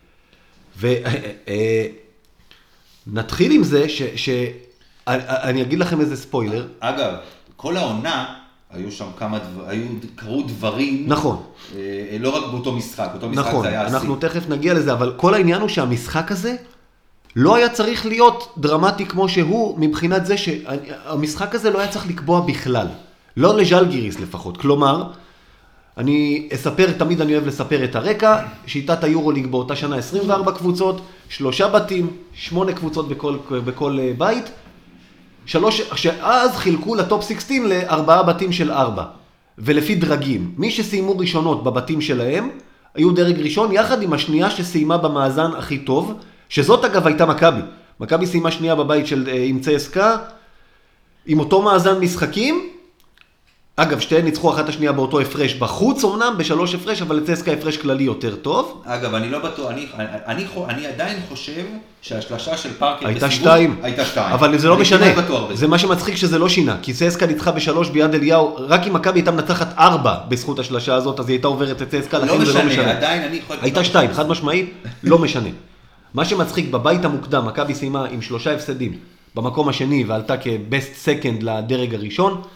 ונתחיל עם זה, ש, ש... אני אגיד לכם איזה ספוילר. אגב, כל העונה... היו שם כמה דבר, היו, קרו דברים. נכון. אה, לא רק באותו משחק, אותו משחק נכון, זה היה עשי. אנחנו תכף נגיע לזה, אבל כל העניין הוא שהמשחק הזה לא היה צריך להיות דרמטי כמו שהוא, מבחינת זה שהמשחק הזה לא היה צריך לקבוע בכלל. לא לז'לגיריס לפחות. כלומר, אני אספר, תמיד אני אוהב לספר את הרקע, שיטת היורוליג באותה שנה עשרים וארבע קבוצות, שלושה בתים, שמונה קבוצות בכל, בכל בית, שלוש, שאז חילקו לטופ שש עשרה לארבעה בתים של ארבע, ולפי דרגים. מי שסיימו ראשונות בבתים שלהם, היו דרג ראשון, יחד עם השנייה שסיימה במאזן הכי טוב, שזאת אגב הייתה מכבי. מכבי סיימה שנייה בבית של, עם צסקה, עם אותו מאזן משחקים, אגב, שתיהן ניצחו אחת השנייה באותו הפרש בחוץ, אמנם בשלוש הפרש, אבל לצסקה הפרש כללי יותר טוב. אגב, אני לא בטוח, אני, אני, אני עדיין חושב שהשלשה של פארקר הייתה שתיים. הייתה שתיים. אבל זה לא משנה. זה. זה מה שמצחיק שזה לא שינה, כי צסקה ניצחה בשלוש ביד אליהו, רק אם מכבי הייתה מנצחת ארבע בזכות השלשה הזאת, אז היא הייתה עוברת את צסקה, לכן לא זה לא משנה. משנה. עדיין אני יכול... הייתה שתיים, חד משמעית, לא משנה. מה שמצחיק, בבית המוקדם, מכבי סיימה עם שלושה הפסדים במקום השני, ועלתה כבסט סקנד לדרג הראשון.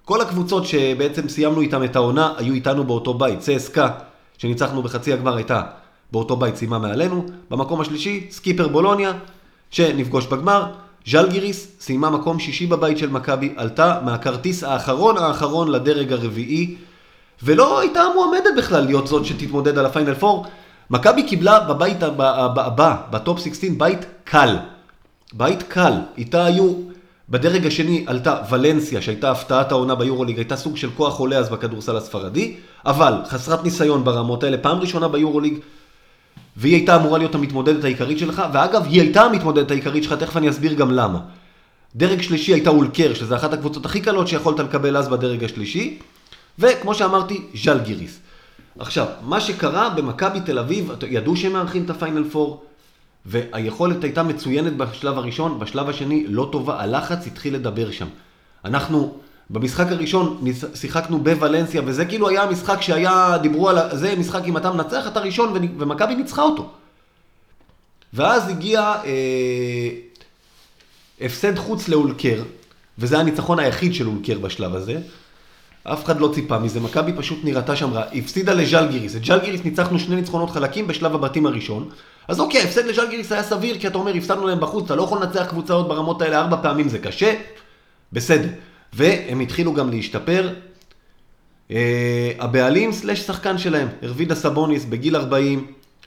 כל הקבוצות שבעצם סיימנו איתם את העונה, היו איתנו באותו בית. צסקה, שניצחנו בחצי הגמר, הייתה באותו בית, סיימה מעלינו. במקום השלישי, סקיפר בולוניה, שנפגוש בגמר. ז'לגיריס סיימה מקום שישי בבית של מכבי, עלתה מהכרטיס האחרון האחרון לדרג הרביעי, ולא הייתה מועמדת בכלל להיות זאת שתתמודד על הפיינל פור. מכבי קיבלה בבית הבא, בטופ שש עשרה, בית קל. בית קל. איתה היו, בדרג השני עלתה ולנסיה, שהייתה הפתעת העונה ביורוליג, הייתה סוג של כוח עולה אז בכדורסל הספרדי, אבל חסרת ניסיון ברמות האלה, פעם ראשונה ביורוליג, והיא הייתה אמורה להיות המתמודדת העיקרית שלך, ואגב, היא הייתה המתמודדת העיקרית שלך, תכף אני אסביר גם למה. דרג שלישי הייתה אולקר, שזה אחת הקבוצות הכי קלות שיכולת לקבל אז בדרג השלישי, וכמו שאמרתי, ז'לגיריס. עכשיו, מה שקרה במכבי תל אביב, ידעו שהם מארחים את הפיינל פור, והיכולת הייתה מצוינת בשלב הראשון, בשלב השני לא טובה, הלחץ התחיל לדבר שם. אנחנו במשחק הראשון שיחקנו בוולנסיה, וזה כאילו היה המשחק שהיה, דיברו על זה, משחק אם אתה מנצח, אתה ראשון, ומכבי ניצחה אותו. ואז הגיע אה, הפסד חוץ לאולקר, וזה הניצחון היחיד של אולקר בשלב הזה. אף אחד לא ציפה מזה, מכבי פשוט נראתה שם רע, הפסידה לז'לגיריס, את ז'לגיריס ניצחנו שני ניצחונות חלקים בשלב הבתים הראשון, אז אוקיי, הפסד לז'לגיריס היה סביר, כי אתה אומר, הפסדנו להם בחוץ, אתה לא יכול לנצח קבוצות ברמות האלה ארבע פעמים, זה קשה, בסדר. והם התחילו גם להשתפר, אה, הבעלים סלש שחקן שלהם, הרבידה סבוניס בגיל ארבעים,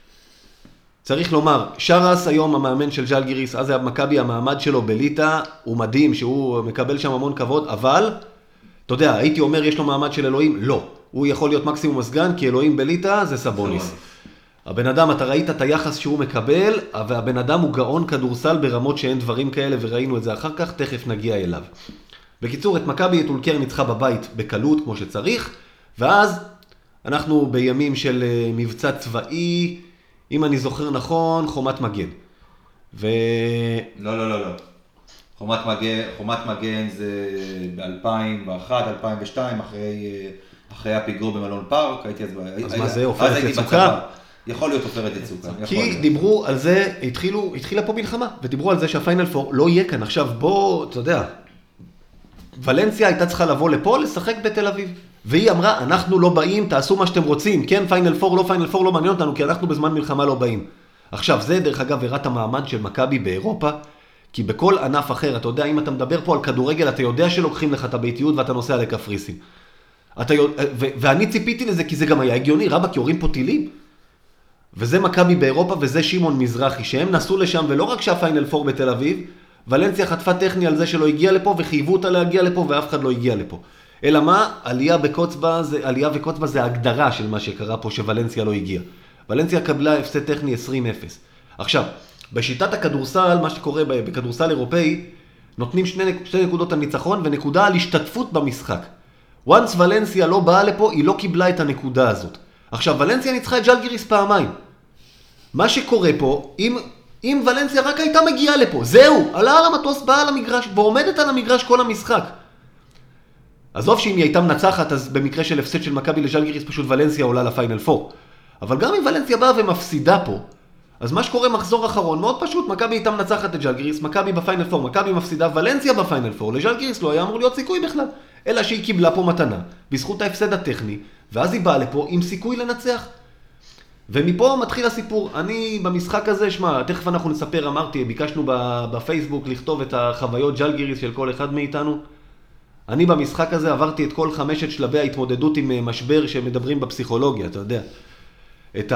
צריך לומר, שרס היום המאמן של ז'לגיריס, אז מכבי המעמד שלו בליטה, הוא מדהים שהוא מקבל שם המון כבוד, אבל אתה יודע, הייתי אומר, יש לו מעמד של אלוהים? לא. הוא יכול להיות מקסימום הסגן, כי אלוהים בליטה זה סבוניס. הבן אדם, אתה ראית את היחס שהוא מקבל, והבן אדם הוא גאון כדורסל ברמות שאין דברים כאלה, וראינו את זה אחר כך, תכף נגיע אליו. בקיצור, את מכבי, את אולקר ניצחה בבית בקלות, כמו שצריך, ואז אנחנו בימים של מבצע צבאי, אם אני זוכר נכון, חומת מגן. ו... לא, לא, לא, לא. חומת מגן, חומת מגן זה ב-אלפיים ואחת, אלפיים ושתיים, אחרי, אחרי הפיגור במלון פארק, הייתי אז... אז היה, מה זה, עופרת יצוקה? יכול להיות עופרת יצוקה. כי להיות. דיברו על זה, התחילו, התחילה פה מלחמה, ודיברו על זה שהפיינל פור לא יהיה כאן. עכשיו בוא, אתה יודע, ולנסיה הייתה צריכה לבוא לפה, לשחק בתל אביב. והיא אמרה, אנחנו לא באים, תעשו מה שאתם רוצים. כן, פיינל פור, לא פיינל פור, לא מעניין אותנו, כי אנחנו בזמן מלחמה לא באים. עכשיו, זה דרך אגב הראית המעמד של מכבי באירופה, כי בכל ענף אחר, אתה יודע, אם אתה מדבר פה על כדורגל, אתה יודע שלוקחים לך את הביתיות ואתה נוסע לקפריסין. אתה, ו, ואני ציפיתי לזה, כי זה גם היה הגיוני, רבא, כי יורים פה טילים. וזה מכבי באירופה, וזה שמעון מזרחי, שהם נסעו לשם, ולא רק שהפיינל פור בתל אביב, ולנסיה חטפה טכני על זה שלא הגיע לפה, וחייבו אותה להגיע לפה, ואף אחד לא הגיע לפה. אלא מה? עלייה בקוצבה, זה, עלייה בקוצבה זה ההגדרה של מה שקרה פה, שוולנסיה לא הגיע. ולנסיה קבלה הפסד טכני עשרים אפס. עכשיו, בשיטת הכדורסל, מה שקורה בכדורסל אירופאי, נותנים שני, שתי נקודות על ניצחון ונקודה על השתתפות במשחק. once ולנסיה לא באה לפה, היא לא קיבלה את הנקודה הזאת. עכשיו, ולנסיה ניצחה את ז'לגיריס פעמיים. מה שקורה פה, אם, אם ולנסיה רק הייתה מגיעה לפה, זהו, עלה על המטוס, באה על המגרש, ועומדת על המגרש כל המשחק. עזוב שאם היא הייתה מנצחת, אז במקרה של הפסד של מכבי לז'לגיריס, פשוט ולנסיה עולה לפיינל פור. אבל גם אם ולנסיה באה ומפסידה פה, אז מה שקורה מחזור אחרון, מאוד פשוט, מכבי הייתה מנצחת את ז'לגיריס, מכבי בפיינל פור, מכבי מפסידה, ולנסיה בפיינל פור, לז'לגיריס לא היה אמור להיות סיכוי בכלל, אלא שהיא קיבלה פה מתנה, בזכות ההפסד הטכני, ואז היא באה לפה עם סיכוי לנצח. ומפה מתחיל הסיפור, אני במשחק הזה, שמה, תכף אנחנו נספר, אמרתי, ביקשנו בפייסבוק לכתוב את החוויות ז'לגיריס של כל אחד מאיתנו. אני במשחק הזה עברתי את כל חמשת שלבי ההתמודדות עם משבר שמדברים בפסיכולוגיה, אתה יודע. את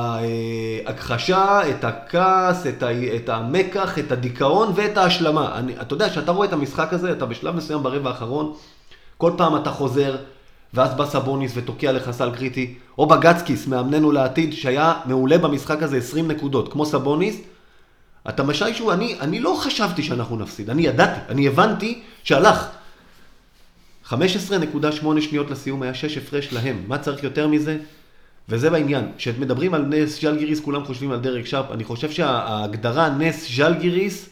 ההכחשה, את הכעס, את, ה, את המקח, את הדיכאון ואת ההשלמה. אני, אתה יודע, שאתה רואה את המשחק הזה, אתה בשלב מסוים ברבע האחרון, כל פעם אתה חוזר, ואז בא סבוניס ותוקע לך סל קריטי, או בגצקיס, מאמננו לעתיד, שהיה מעולה במשחק הזה עשרים נקודות, כמו סבוניס, אתה משיישו, אני, אני לא חשבתי שאנחנו נפסיד, אני ידעתי, אני הבנתי שהלך. חמש עשרה נקודה שמונה שניות לסיום, היה שש הפרש להם, מה צריך יותר מזה? וזה בעניין, כשאת מדברים על נס ז'לגיריס, כולם חושבים על דרק שרפ, אני חושב שההגדרה נס ז'לגיריס,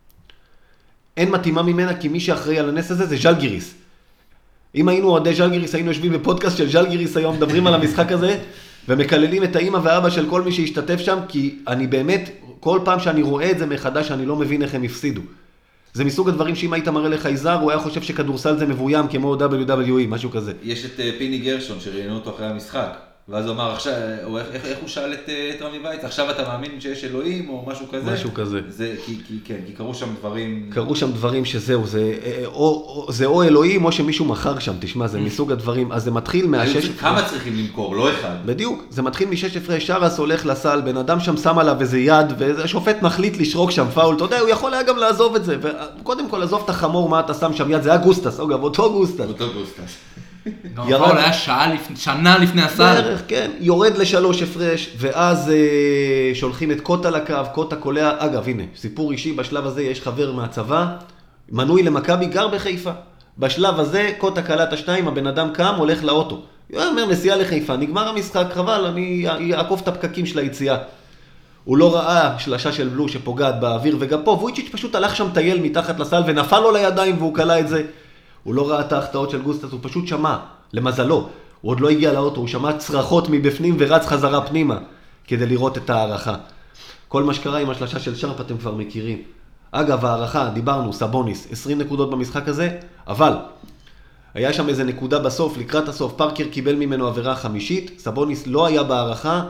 אין מתאימה ממנה, כי מי שאחראי על הנס הזה זה ז'לגיריס. אם היינו אוהדי ז'לגיריס, היינו יושבים בפודקאסט של ז'לגיריס היום, מדברים על המשחק הזה, ומקללים את האמא והאבא של כל מי שהשתתף שם, כי אני באמת, כל פעם שאני רואה את זה מחדש, אני לא מבין איך הם הפסידו. זה מסוג הדברים שאם היית מראה לחייזר, הוא היה חושב שכדורסל זה מבוים כמו דאבליו דאבליו אי, משהו כזה. יש את פיני גרשון שראיינו אותו אחרי המשחק, ואז הוא אמר, עכשיו, איך, איך הוא שאל את, את רמי וייץ, עכשיו אתה מאמין שיש אלוהים או משהו כזה? משהו כזה. זה, כי, כי, כן, כי קראו שם דברים... קראו שם דברים שזהו, זה או, זה או אלוהים או שמישהו מכר שם, תשמע, זה מסוג הדברים, אז זה מתחיל מהשש... כמה צריכים למכור, לא אחד. בדיוק, זה מתחיל משש הפרש, שרס הולך לסל, בן אדם שם שם עליו איזה יד, והשופט מחליט לשרוק שם פאול, אתה יודע, הוא יכול היה גם לעזוב את זה, וקודם כל עזוב את החמור, מה אתה שם שם יד, זה היה גוסטס, אגב, אותו גוסטס. אותו גוסטס. גם הפאול היה שעה לפני, שנה לפני הסל. בערך, כן, יורד לשלוש הפרש, ואז אה, שולחים את קוטה לקו, קוטה קולע, אגב, הנה, סיפור אישי, בשלב הזה יש חבר מהצבא, מנוי למכבי, גר בחיפה. בשלב הזה, קוטה קלט השתיים, הבן אדם קם, הולך לאוטו. הוא אומר, נסיעה לחיפה, נגמר המשחק, חבל, אני אעקוף את הפקקים של היציאה. הוא לא ראה שלשה של בלו שפוגעת באוויר, וגם פה, וויצ'יץ' פשוט הלך שם טייל מתחת לסל, ונפל לו לידיים והוא קלע את זה. הוא לא ראה את ההחטאות של גוסטס, הוא פשוט שמע, למזלו. הוא עוד לא הגיע לאוטו, הוא שמע צרחות מבפנים ורץ חזרה פנימה, כדי לראות את הערכה. כל מה שקרה עם השלשה של שרפ אתם כבר מכירים. אגב, הערכה, דיברנו, סבוניס, עשרים נקודות במשחק הזה, אבל היה שם איזה נקודה בסוף, לקראת הסוף, פארקר קיבל ממנו עבירה חמישית, סבוניס לא היה בערכה,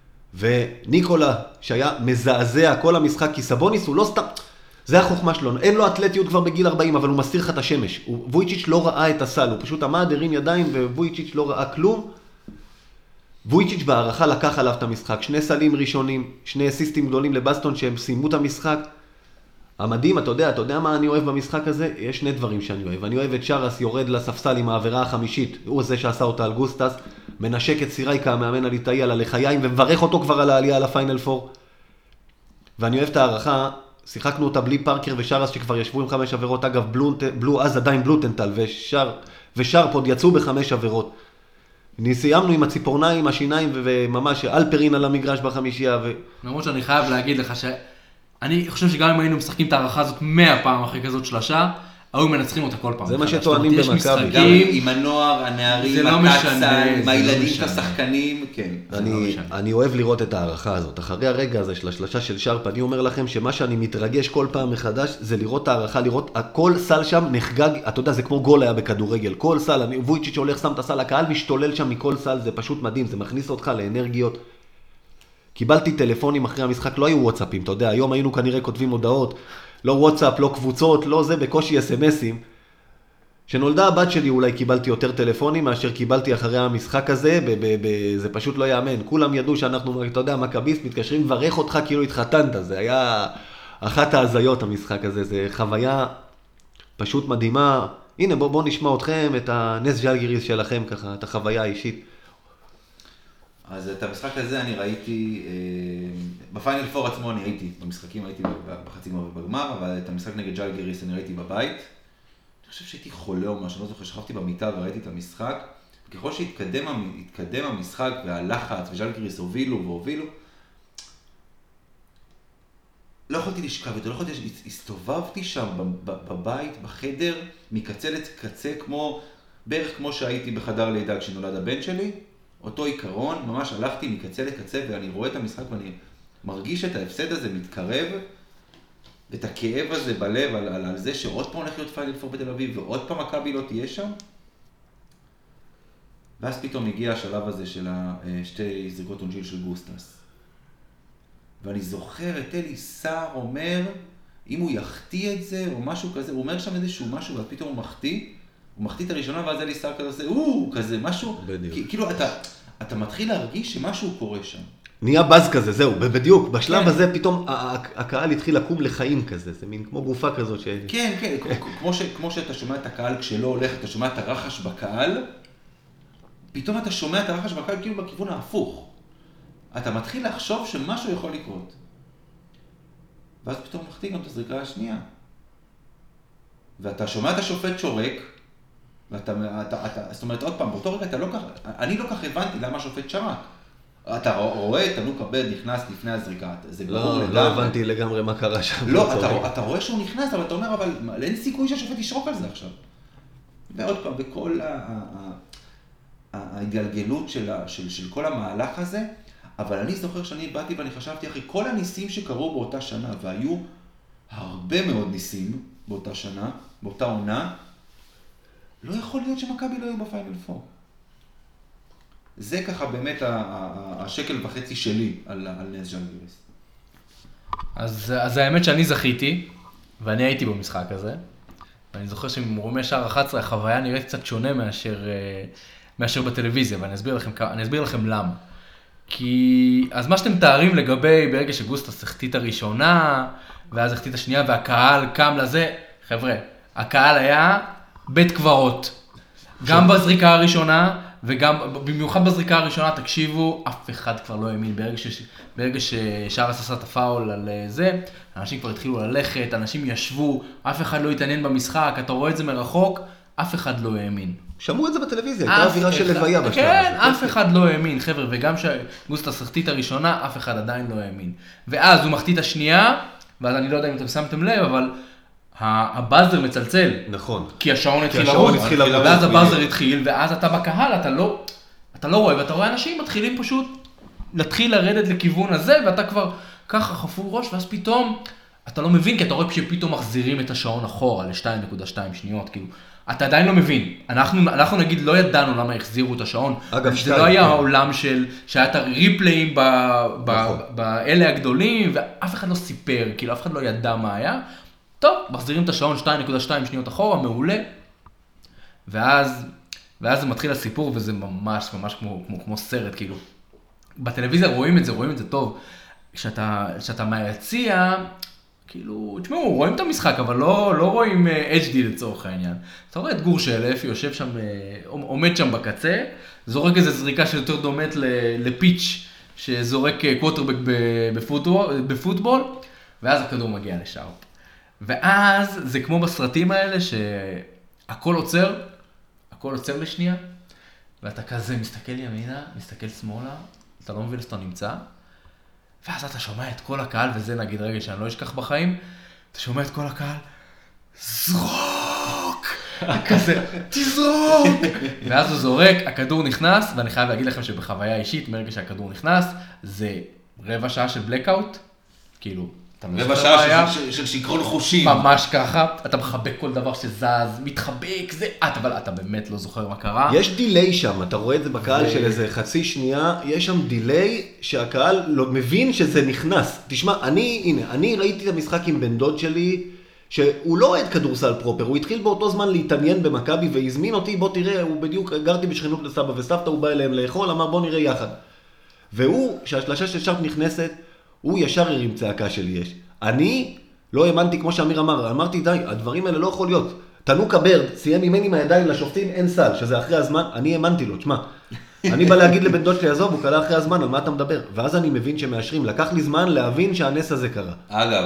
וניקולה, שהיה מזעזע כל המשחק, כי סבוניס הוא לא סתם... זה החוכמה שלו, אין לו אתלטיות כבר בגיל ארבעים, אבל הוא מסתיר לך את השמש. וויצ'יץ' לא ראה את הסל, הוא פשוט עמד, הרים ידיים, וויצ'יץ' לא ראה כלום. וויצ'יץ' בערכה לקח עליו את המשחק, שני סלים ראשונים, שני אסיסטים גדולים לבסטון שהם סיימו את המשחק. המדהים, אתה יודע, אתה יודע מה אני אוהב במשחק הזה? יש שני דברים שאני אוהב. אני אוהב את שרס יורד לספסל עם העבירה החמישית, הוא זה שעשה אותה על גוסטס, מנשק את סירייקה, המאמן הליטאי על הלחיים, ומברך אותו כבר על העלייה על הפיינל פור. ואני אוהב את הערכה, שיחקנו אותה בלי פארקר ושרס שכבר ישבו עם חמש עבירות, אגב בלו, בלו אז עדיין בלוטנטל ושר, ושרפ עוד יצאו בחמש עבירות. סיימנו עם הציפורניים, השיניים וממש אלפרין על המגרש בחמישייה. ו... למרות שאני חייב להגיד לך שאני חושב שגם אם היינו משחקים את הערכה הזאת מאה פעם אחרי כזאת שלושה, היו מנצחים אותה כל פעם. זה מה שטוענים במכבי. גם עם הנוער, הנערים, הקצה, עם הילדים, את השחקנים, כן. אני אוהב לראות את הערכה הזאת. אחרי הרגע הזה של השלשה של שרפ, אני אומר לכם שמה שאני מתרגש כל פעם מחדש, זה לראות הערכה, לראות כל סל שם נחגג, אתה יודע, זה כמו גול היה בכדורגל. כל סל, וויצ'יץ' הולך, שם את הסל, הקהל משתולל שם מכל סל, זה פשוט מדהים, זה מכניס אותך לאנרגיות. קיבלתי טלפונים אחרי המשחק, לא היו וואטסאפים, אתה יודע, היום היינו כנראה כותבים הודעות, לא וואטסאפ, לא קבוצות, לא זה, בקושי אס-אמסים. שנולדה הבת שלי אולי קיבלתי יותר טלפונים מאשר קיבלתי אחרי המשחק הזה, ב- ב- ב- זה פשוט לא יאמן. כולם ידעו שאנחנו, אתה יודע, מכביסט, מתקשרים לברך אותך כאילו התחתנת, זה היה אחת ההזיות המשחק הזה, זה חוויה פשוט מדהימה. הנה בוא, בוא נשמע אתכם, את הנס ז'לגיריס שלכם ככה, את החוויה האישית. אז את המשחק הזה אני ראיתי, בפיינל פור עצמו אני הייתי, במשחקים הייתי בחצי גמר ובגמר, אבל את המשחק נגד ז'לגיריס אני ראיתי בבית. אני חושב שהייתי חולה או משהו, לא זוכר, שכבתי במיטה וראיתי את המשחק. ככל שהתקדם המשחק והלחץ וז'לגיריס הובילו והובילו, לא יכולתי לשכב יותר, לא יכולתי, הסתובבתי שם בבית, בחדר, מקצה לקצה, כמו, בערך כמו שהייתי בחדר לידה כשנולד הבן שלי. אותו עיקרון, ממש הלכתי מקצה לקצה ואני רואה את המשחק ואני מרגיש את ההפסד הזה מתקרב, את הכאב הזה בלב על, על, על זה שעוד פעם הולך להיות פיינל פור בתל אביב ועוד פעם מכבי לא תהיה שם. ואז פתאום הגיע השלב הזה של שתי זריקות עונשין של גוסטס. ואני זוכר את אלי סער אומר, אם הוא יחטיא את זה או משהו כזה, הוא אומר שם איזשהו משהו ואז פתאום הוא מחטיא, הוא מחטיא את הראשונה ואז אלי סער כזה עושה, או, כזה משהו, כאילו אתה, אתה מתחיל להרגיש שמשהו קורה שם. נהיה בז כזה, זהו, בדיוק, בשלב הזה פתאום הקהל התחיל לקום לחיים כזה, זה מין כמו גופה כזאת ש... כן, כן, כמו שאתה שומע את הקהל כשלא הולך, אתה שומע את הרחש בקהל, פתאום אתה שומע את הרחש בקהל כאילו בכיוון ההפוך. אתה מתחיל לחשוב שמשהו יכול לקרות. ואז פתאום מחטיא גם את הזריקה השנייה. ואתה שומע את השופט שורק, ואתה, אתה, אתה, זאת אומרת, עוד פעם, באותו רגע אתה לא כך, אני לא כך הבנתי למה השופט שרק. אתה רואה, תנוק הבד נכנס לפני הזריקה, זה ברור לגמרי. לא הבנתי לגמרי מה קרה שם. לא, אתה, אתה רואה שהוא נכנס, אבל אתה אומר, אבל אין סיכוי שהשופט ישרוק על זה עכשיו. ועוד פעם, בכל ההתגלגלות של, של, של כל המהלך הזה, אבל אני זוכר שאני באתי ואני חשבתי, אחרי כל הניסים שקרו באותה שנה, והיו הרבה מאוד ניסים, באותה שנה, באותה עונה, לא יכול להיות שמכבי לא יהיו בפיינל פור. זה ככה באמת השקל וחצי שלי על, על נס ז'לגיריס. אז, אז האמת שאני זכיתי, ואני הייתי במשחק הזה, ואני זוכר שמרומי שער אחת עשרה החוויה נראית קצת שונה מאשר, מאשר בטלוויזיה, ואני אסביר לכם, אני אסביר לכם למה. כי, אז מה שאתם מתארים לגבי ברגע שגוסטס החטיא את הראשונה, ואז החטיא את השנייה, והקהל קם לזה, חבר'ה, הקהל היה בית קברות. גם בזריקה הראשונה, וגם, במיוחד בזריקה הראשונה, תקשיבו, אף אחד כבר לא האמין. ברגע, ש, ברגע ששרס עשה את הפאול על זה, אנשים כבר התחילו ללכת, אנשים ישבו, אף אחד לא התעניין במשחק, אתה רואה את זה מרחוק, אף אחד לא האמין. שמעו את זה בטלוויזיה, הייתה אווירה של לוויה בשלב. כן, אף אחד לא האמין, חבר'ה, וגם שגוסטס החטיא את הראשונה, אף אחד עדיין לא האמין. ואז הוא מחטיא את השנייה, ואז אני לא יודע אם אתם שמתם לב, אבל הבאזר מצלצל. נכון. כי השעון התחיל השעון לרוץ, התחיל לרוץ, ואז בדיוק. הבאזר התחיל, ואז אתה בקהל, אתה לא, אתה לא רואה, ואתה רואה אנשים מתחילים פשוט להתחיל לרדת לכיוון הזה, ואתה כבר ככה חפור ראש, ואז פתאום אתה לא מבין, כי אתה רואה שפתאום מחזירים את השעון אחורה ל-שתיים נקודה שתיים שניות, כאילו, אתה עדיין לא מבין. אנחנו, אנחנו נגיד לא ידענו למה החזירו את השעון. אגב, זה שתיים, לא היה כן. העולם של, שהיה את הריפליים ב, ב, נכון. באלה הגדולים, ואף אחד לא סיפר, כאילו אף אחד לא ידע מה היה. טוב, מחזירים את השעון שתיים נקודה שתיים שניות אחורה, מעולה. ואז, ואז זה מתחיל הסיפור, וזה ממש, ממש כמו, כמו, כמו סרט, כאילו. בטלוויזיה רואים את זה, רואים את זה טוב. כשאתה, כשאתה מהיציע, כאילו, תשמעו, רואים את המשחק, אבל לא, לא רואים אייץ' די לצורך העניין. אתה רואה את גור שלף, יושב שם, עומד שם בקצה, זורק איזו זריקה שיותר דומת לפיץ' שזורק קווטרבק בפוטבול, בפוטבול, ואז הכדור מגיע לשארפ. ואז זה כמו בסרטים האלה שהכל עוצר, הכל עוצר לשנייה, ואתה כזה מסתכל ימינה, מסתכל שמאלה, אתה לא מבין שאתה נמצא, ואז אתה שומע את כל הקהל, וזה נגיד רגע שאני לא אשכח בחיים, אתה שומע את כל הקהל, זרוק! כזה, תזרוק! ואז הוא זורק, הכדור נכנס, ואני חייב להגיד לכם שבחוויה אישית, מרגע שהכדור נכנס, זה רבע שעה של בלקאוט, כאילו, רבע שעה של, של, של שיקרון חושים. ממש ככה, אתה מחבק כל דבר שזז, מתחבק, זה, את, אבל אתה באמת לא זוכר מה קרה. יש דיליי שם, אתה רואה את זה בקהל של איזה חצי שנייה, יש שם דיליי שהקהל לא מבין שזה נכנס. תשמע, אני, הנה, אני ראיתי את המשחק עם בן דוד שלי, שהוא לא אוהד כדורסל פרופר, הוא התחיל באותו זמן להתעניין במכבי והזמין אותי, בוא תראה, הוא בדיוק, גרתי בשכנות לסבא וסבתא, הוא בא אליהם לאכול, אמר בוא נראה יחד. והוא, שהשלשה של שרפ נכנסת, הוא ישר הרים צעקה שלי יש. אני לא האמנתי, כמו שאמיר אמר, אמרתי די, הדברים האלה לא יכול להיות. תנוק הברד, סיים ממני מהידיים לשופטים, אין סל, שזה אחרי הזמן, אני האמנתי לו, תשמע. אני בא להגיד לבן דוד שלי, עזוב, הוא קלה אחרי הזמן, על מה אתה מדבר? ואז אני מבין שמאשרים, לקח לי זמן להבין שהנס הזה קרה. אגב,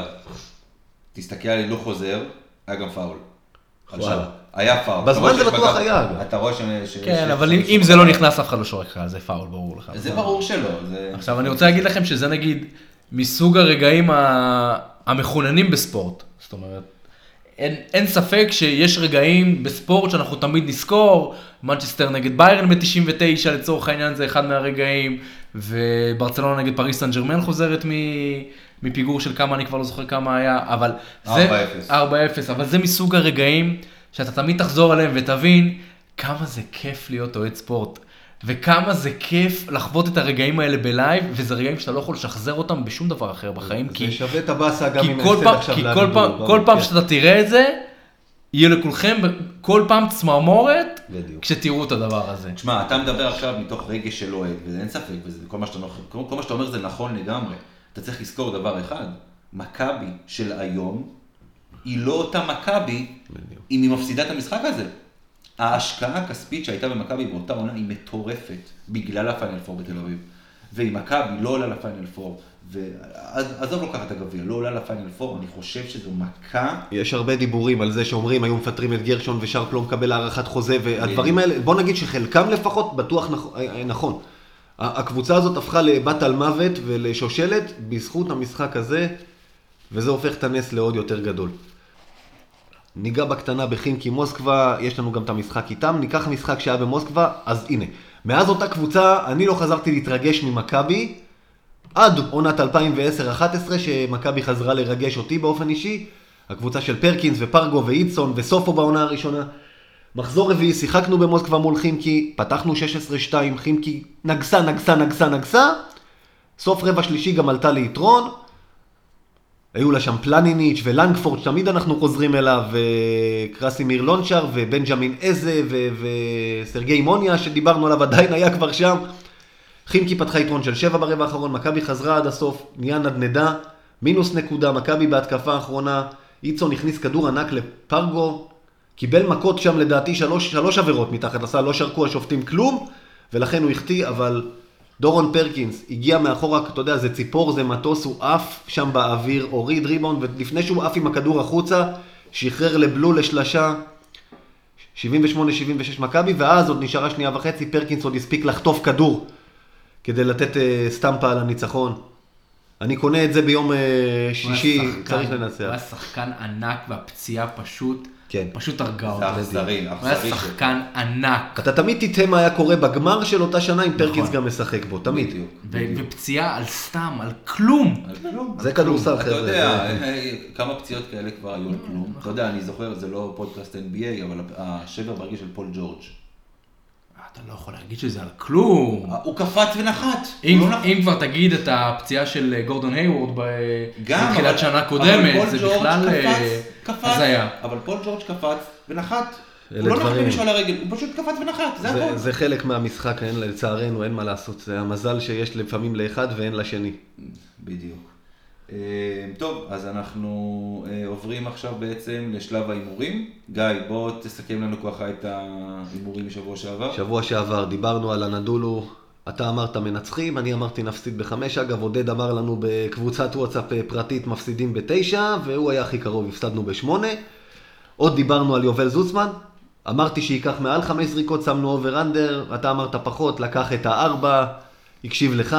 תסתכל על הילוך חוזר, היה גם פאול. וואלה. היה פאול. בזמן זה בטוח היה, אגב. אתה רואה ש... כן, אבל אם זה לא נכנס, אף אחד לא שורק לך, זה פאול, ברור לך. זה ברור שלא. עכשיו, אני רוצה להגיד לכם שזה נגיד מסוג הרגעים המכוננים בספורט. זאת אומרת, אין, אין ספק שיש רגעים בספורט שאנחנו תמיד נזכור, מנצ'סטר נגד ביירן ב-תשעים ותשע לצורך העניין זה אחד מהרגעים, וברצלונה נגד פריס סן ז'רמן חוזרת מפיגור של כמה, אני כבר לא זוכר כמה היה, אבל זה... ארבע אפס. ארבע אפס, אבל זה מסוג הרגעים שאתה תמיד תחזור עליהם ותבין כמה זה כיף להיות אוהד ספורט. וכמה זה כיף לחוות את הרגעים האלה בלייב, וזה רגעים שאתה לא יכול לשחזר אותם בשום דבר אחר בחיים. זה שווה את הבאסה גם אם כל נעשה פעם, עכשיו כי לנו. כל פעם, כל פעם שאתה תראה את זה, יהיה לכולכם כל פעם צמרמורת, בדיוק. כשתראו את הדבר הזה. תשמע, אתה מדבר עכשיו מתוך רגש של אוהד, וזה אין ספק, וכל מה שאתה, כל מה שאתה אומר זה נכון לגמרי. אתה צריך לזכור דבר אחד, מכבי של היום, היא לא אותה מכבי, אם היא מפסידה את המשחק הזה. ההשקעה הכספית שהייתה במכבי באותה עונה היא מטורפת, בגלל הפיינל פור בתל אביב. ואם מכבי לא עולה לפיינל פור, ועזוב לא ככה את הגביע, לא עולה לפיינל פור, אני חושב שזו מכה. יש הרבה דיבורים על זה שאומרים, היו מפטרים את גרשון ושרפ לא מקבל הערכת חוזה, והדברים האלה, בוא נגיד שחלקם לפחות בטוח נכון. הקבוצה הזאת הפכה לבת על מוות ולשושלת בזכות המשחק הזה, וזה הופך את הנס לעוד יותר גדול. ניגע בקטנה בחינקי מוסקבה, יש לנו גם את המשחק איתם, ניקח משחק שהיה במוסקבה, אז הנה, מאז אותה קבוצה אני לא חזרתי להתרגש ממכבי, עד עונת אלפיים ועשר אחת עשרה שמכבי חזרה לרגש אותי באופן אישי, הקבוצה של פרקינס ופרגו ואיצון וסופו בעונה הראשונה. מחזור רביעי, שיחקנו במוסקבה מול חימקי, פתחנו שש עשרה שתיים, חימקי נגסה, נגסה, נגסה, נגסה. סוף רבע שלישי גם עלתה ליתרון. היו לה שם פלניניץ' ולנגפורד, תמיד אנחנו חוזרים אליו, וקרסימיר לונצ'ר ובנג'מין איזה וסרגי מוניה שדיברנו עליו עדיין היה כבר שם. חימקי פתחה יתרון של שבע ברבע האחרון, מכבי חזרה עד הסוף, נהיה נדנדה, מינוס נקודה, מכבי בהתקפה האחרונה, איצון הכניס כדור ענק לפרגו, קיבל מכות שם לדעתי שלוש, שלוש עבירות מתחת לסל, לא שרקו השופטים כלום, ולכן הוא החטיא, אבל דורון פרקינס הגיע מאחורה, אתה יודע, זה ציפור, זה מטוס, הוא עף שם באוויר, הוריד ריבאונד, ולפני שהוא עף עם הכדור החוצה, שחרר לבלו לשלשה, שבעים ושמונה שבעים ושש מכבי, ואז עוד נשארה שנייה וחצי, פרקינס עוד הספיק לחטוף כדור, כדי לתת uh, סטמפה על הניצחון. אני קונה את זה ביום uh, שישי, צריך לנצח. הוא היה שחקן ענק והפציעה פשוט, כן. פשוט הרגע אותו. זה אכזרי, הוא היה שחקן ענק. אתה תמיד תיתה מה היה קורה בגמר של אותה שנה, אם פרקינס גם משחק בו, תמיד. ופציעה על סתם, על כלום. זה כדורסל, אתה חבר'ה. יודע, כמה פציעות כאלה כבר היו על כלום. אתה יודע, אני זוכר, זה לא פודקאסט אן בי איי, אבל השבר ברגל של פול ג'ורג'. אתה לא יכול להגיד שזה על כלום. הוא קפץ ונחת. אם כבר תגיד את הפציעה של גורדון הייוורד בתחילת שנה קודמת, זה בכלל הזיה. אבל פול ג'ורג' קפץ ונחת. הוא לא נחת למישהו על הרגל, הוא פשוט קפץ ונחת, זה הכל. זה חלק מהמשחק, לצערנו, אין מה לעשות. זה המזל שיש לפעמים לאחד ואין לשני. בדיוק. טוב, אז אנחנו עוברים עכשיו בעצם לשלב ההימורים. גיא, בוא תסכם לנו ככה את ההימורים משבוע שעבר. שבוע שעבר דיברנו על הנדולו, אתה אמרת מנצחים, אני אמרתי נפסיד בחמש, אגב עודד אמר לנו בקבוצת וואטסאפ פרטית מפסידים בתשע, והוא היה הכי קרוב, הפסדנו בשמונה. עוד דיברנו על יובל זוצמן, אמרתי שיקח מעל חמש זריקות, שמנו אובר אנדר, אתה אמרת פחות, לקח את הארבע, הקשיב לך.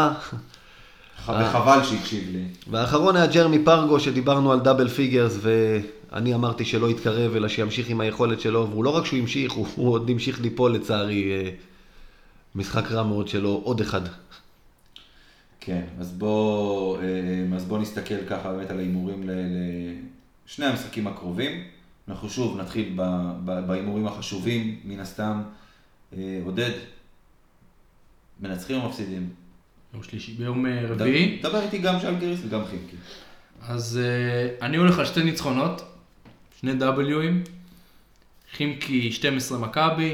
וחבל שהקשיב לי. והאחרון היה ג'רמי פרגו, שדיברנו על דאבל פיגרס, ואני אמרתי שלא יתקרב, אלא שימשיך עם היכולת שלו, והוא לא רק שהוא המשיך, הוא, הוא עוד המשיך ליפול לצערי, משחק רע מאוד שלו, עוד אחד. כן, אז בוא, אז בוא נסתכל ככה באמת על ההימורים לשני המשחקים הקרובים. אנחנו שוב נתחיל בהימורים החשובים, מן הסתם. עודד, מנצחים או מפסידים? יום שלישי, ביום רביעי. דבר איתי גם ז'לגיריס וגם חימקי. אז אני הולך על שתי ניצחונות, שני דאבליואים, חימקי שתים עשרה מכבי.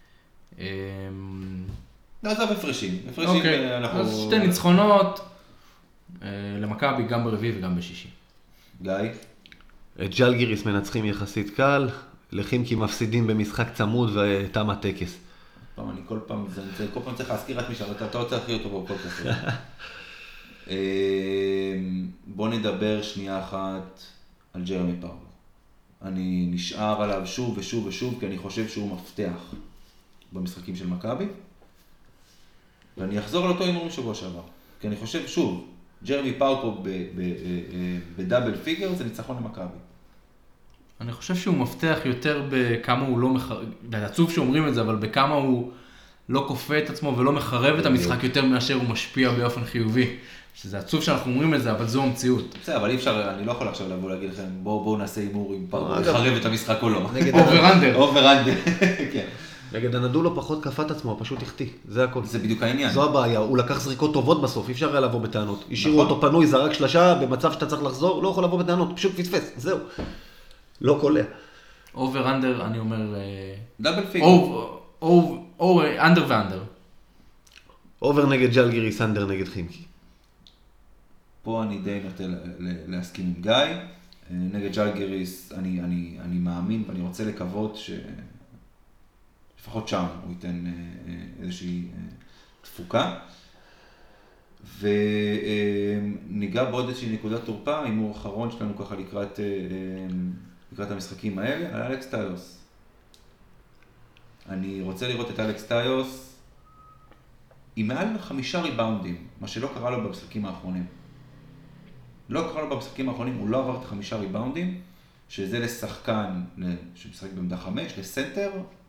נעזב הפרשים. אוקיי, אז שתי ניצחונות למכבי גם ברביעי וגם בשישי. גיא? את ז'לגיריס מנצחים יחסית קל, לחימקי מפסידים במשחק צמוד ותם הטקס. פעם, אני כל פעם, זה, כל פעם צריך להזכיר רק משם, אתה לא צריך להכיר אותו בפודקאסט. בוא נדבר שנייה אחת על ג'רמי פרגו. אני נשאר עליו שוב ושוב ושוב, כי אני חושב שהוא מפתח במשחקים של מכבי. ואני אחזור על אותו הימור משבוע שעבר. כי אני חושב שוב, ג'רמי פרגו בדאבל פיגר זה ניצחון למכבי. אני חושב שהוא מפתח יותר בכמה הוא לא מחרב, זה עצוב שאומרים את זה, אבל בכמה הוא לא כופה את עצמו ולא מחרב את המשחק יותר מאשר הוא משפיע באופן חיובי. שזה עצוב שאנחנו אומרים את זה, אבל זו המציאות. בסדר, אבל אי אפשר, אני לא יכול עכשיו לבוא להגיד לכם, בואו נעשה הימור עם פרגו, לחרב את המשחק או לא. אובר אנדר. אובר אנדר, כן. נגד הנדולו פחות כפה את עצמו, פשוט החטיא, זה הכל. זה בדיוק העניין. זו הבעיה, הוא לקח זריקות טובות בסוף, אי אפשר היה לבוא בטענות. השאירו אותו פנוי, זרק שלשה, במצב שאתה צריך לחזור, לא יכול לבוא בטענות, פשוט פספס, זהו. לא קולע. אובר אנדר, אני אומר... דאבל פיגר. או אנדר ואנדר. אובר נגד ז'לגיריס, אנדר נגד חימקי. פה אני די נוטה להסכים עם גיא. נגד ז'לגיריס אני, אני, אני מאמין ואני רוצה לקוות ש... לפחות שם הוא ייתן איזושהי תפוקה. וניגע בעוד איזושהי נקודת תורפה, הימור האחרון שלנו ככה לקראת, לקראת המשחקים האלה, על אלכס טיוס. אני רוצה לראות את אלכס טיוס עם מעל חמישה ריבאונדים, מה שלא קרה לו במשחקים האחרונים. לא קרה לו במשחקים האחרונים, הוא לא עבר את החמישה ריבאונדים, שזה לשחקן שמשחק בעמדה חמש, לסנטר,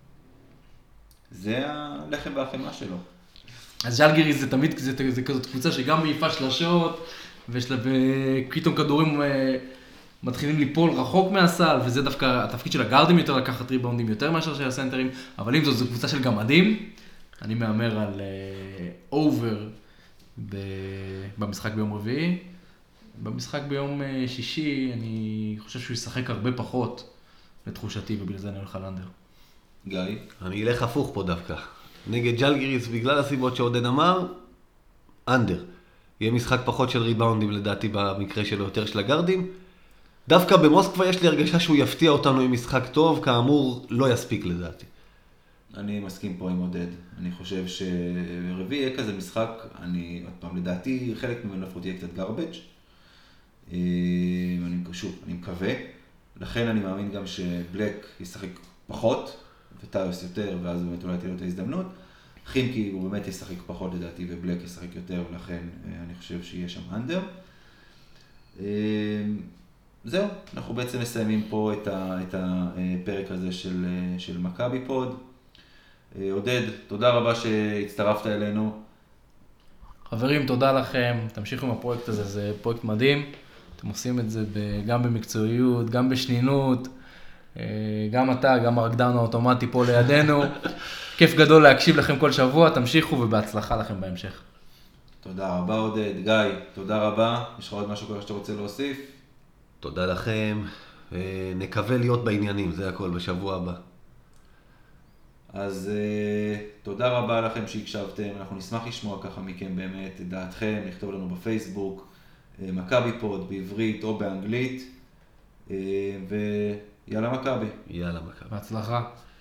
זה הלחם והחמאה שלו. אז ז'לגיריס זה תמיד, זה, זה כזאת קבוצה שגם מעיפה שלשות, ויש לה פתאום כדורים מתחילים ליפול רחוק מהסל, וזה דווקא התפקיד של הגארדים יותר, לקחת ריבאונדים יותר מאשר של הסנטרים, אבל אם זאת, זו קבוצה של גמדים, אני מאמר על אובר uh, במשחק ביום רביעי. במשחק ביום uh, שישי, אני חושב שהוא ישחק הרבה פחות לתחושתי, ובגלל זה אני הולך על אנדר. גיא? אני אלך הפוך פה דווקא. נגד ג'לגיריס, בגלל הסיבות שעודד אמר, אנדר. יהיה משחק פחות של ריבאונדים לדעתי במקרה שלו, יותר של הגארדים. דווקא במוסקבה יש לי הרגשה שהוא יפתיע אותנו עם משחק טוב, כאמור לא יספיק לדעתי. אני מסכים פה עם עודד. אני חושב שרביעי יהיה כזה משחק, אני, עוד פעם, לדעתי חלק ממנו לפחות יהיה קצת גרבג'. אני, שוב, אני מקווה. לכן אני מאמין גם שבלק ישחק פחות, וטאיוס יותר, ואז באמת אולי תהיה לו את ההזדמנות. חינקי הוא באמת ישחק פחות לדעתי, ובלק ישחק יותר, ולכן אני חושב שיהיה שם אנדר. זהו, אנחנו בעצם מסיימים פה את, ה, את הפרק הזה של, של מכבי פוד. עודד, תודה רבה שהצטרפת אלינו. חברים, תודה לכם. תמשיכו עם הפרויקט הזה, זה פרויקט מדהים. אתם עושים את זה גם במקצועיות, גם בשנינות. גם אתה, גם הרקדן האוטומטי פה לידינו. כיף גדול להקשיב לכם כל שבוע. תמשיכו ובהצלחה לכם בהמשך. תודה רבה עודד. גיא, תודה רבה. יש לך עוד משהו ככה שאתה רוצה להוסיף? תודה לכם. נקווה להיות בעניינים, זה הכל בשבוע הבא. אז uh, תודה רבה לכם שהקשבתם, אנחנו נשמח לשמוע ככה מכם באמת את דעתכם, לכתוב לנו בפייסבוק, uh, מכבי פוד בעברית או באנגלית, uh, ויאללה מכבי. יאללה מכבי. בהצלחה.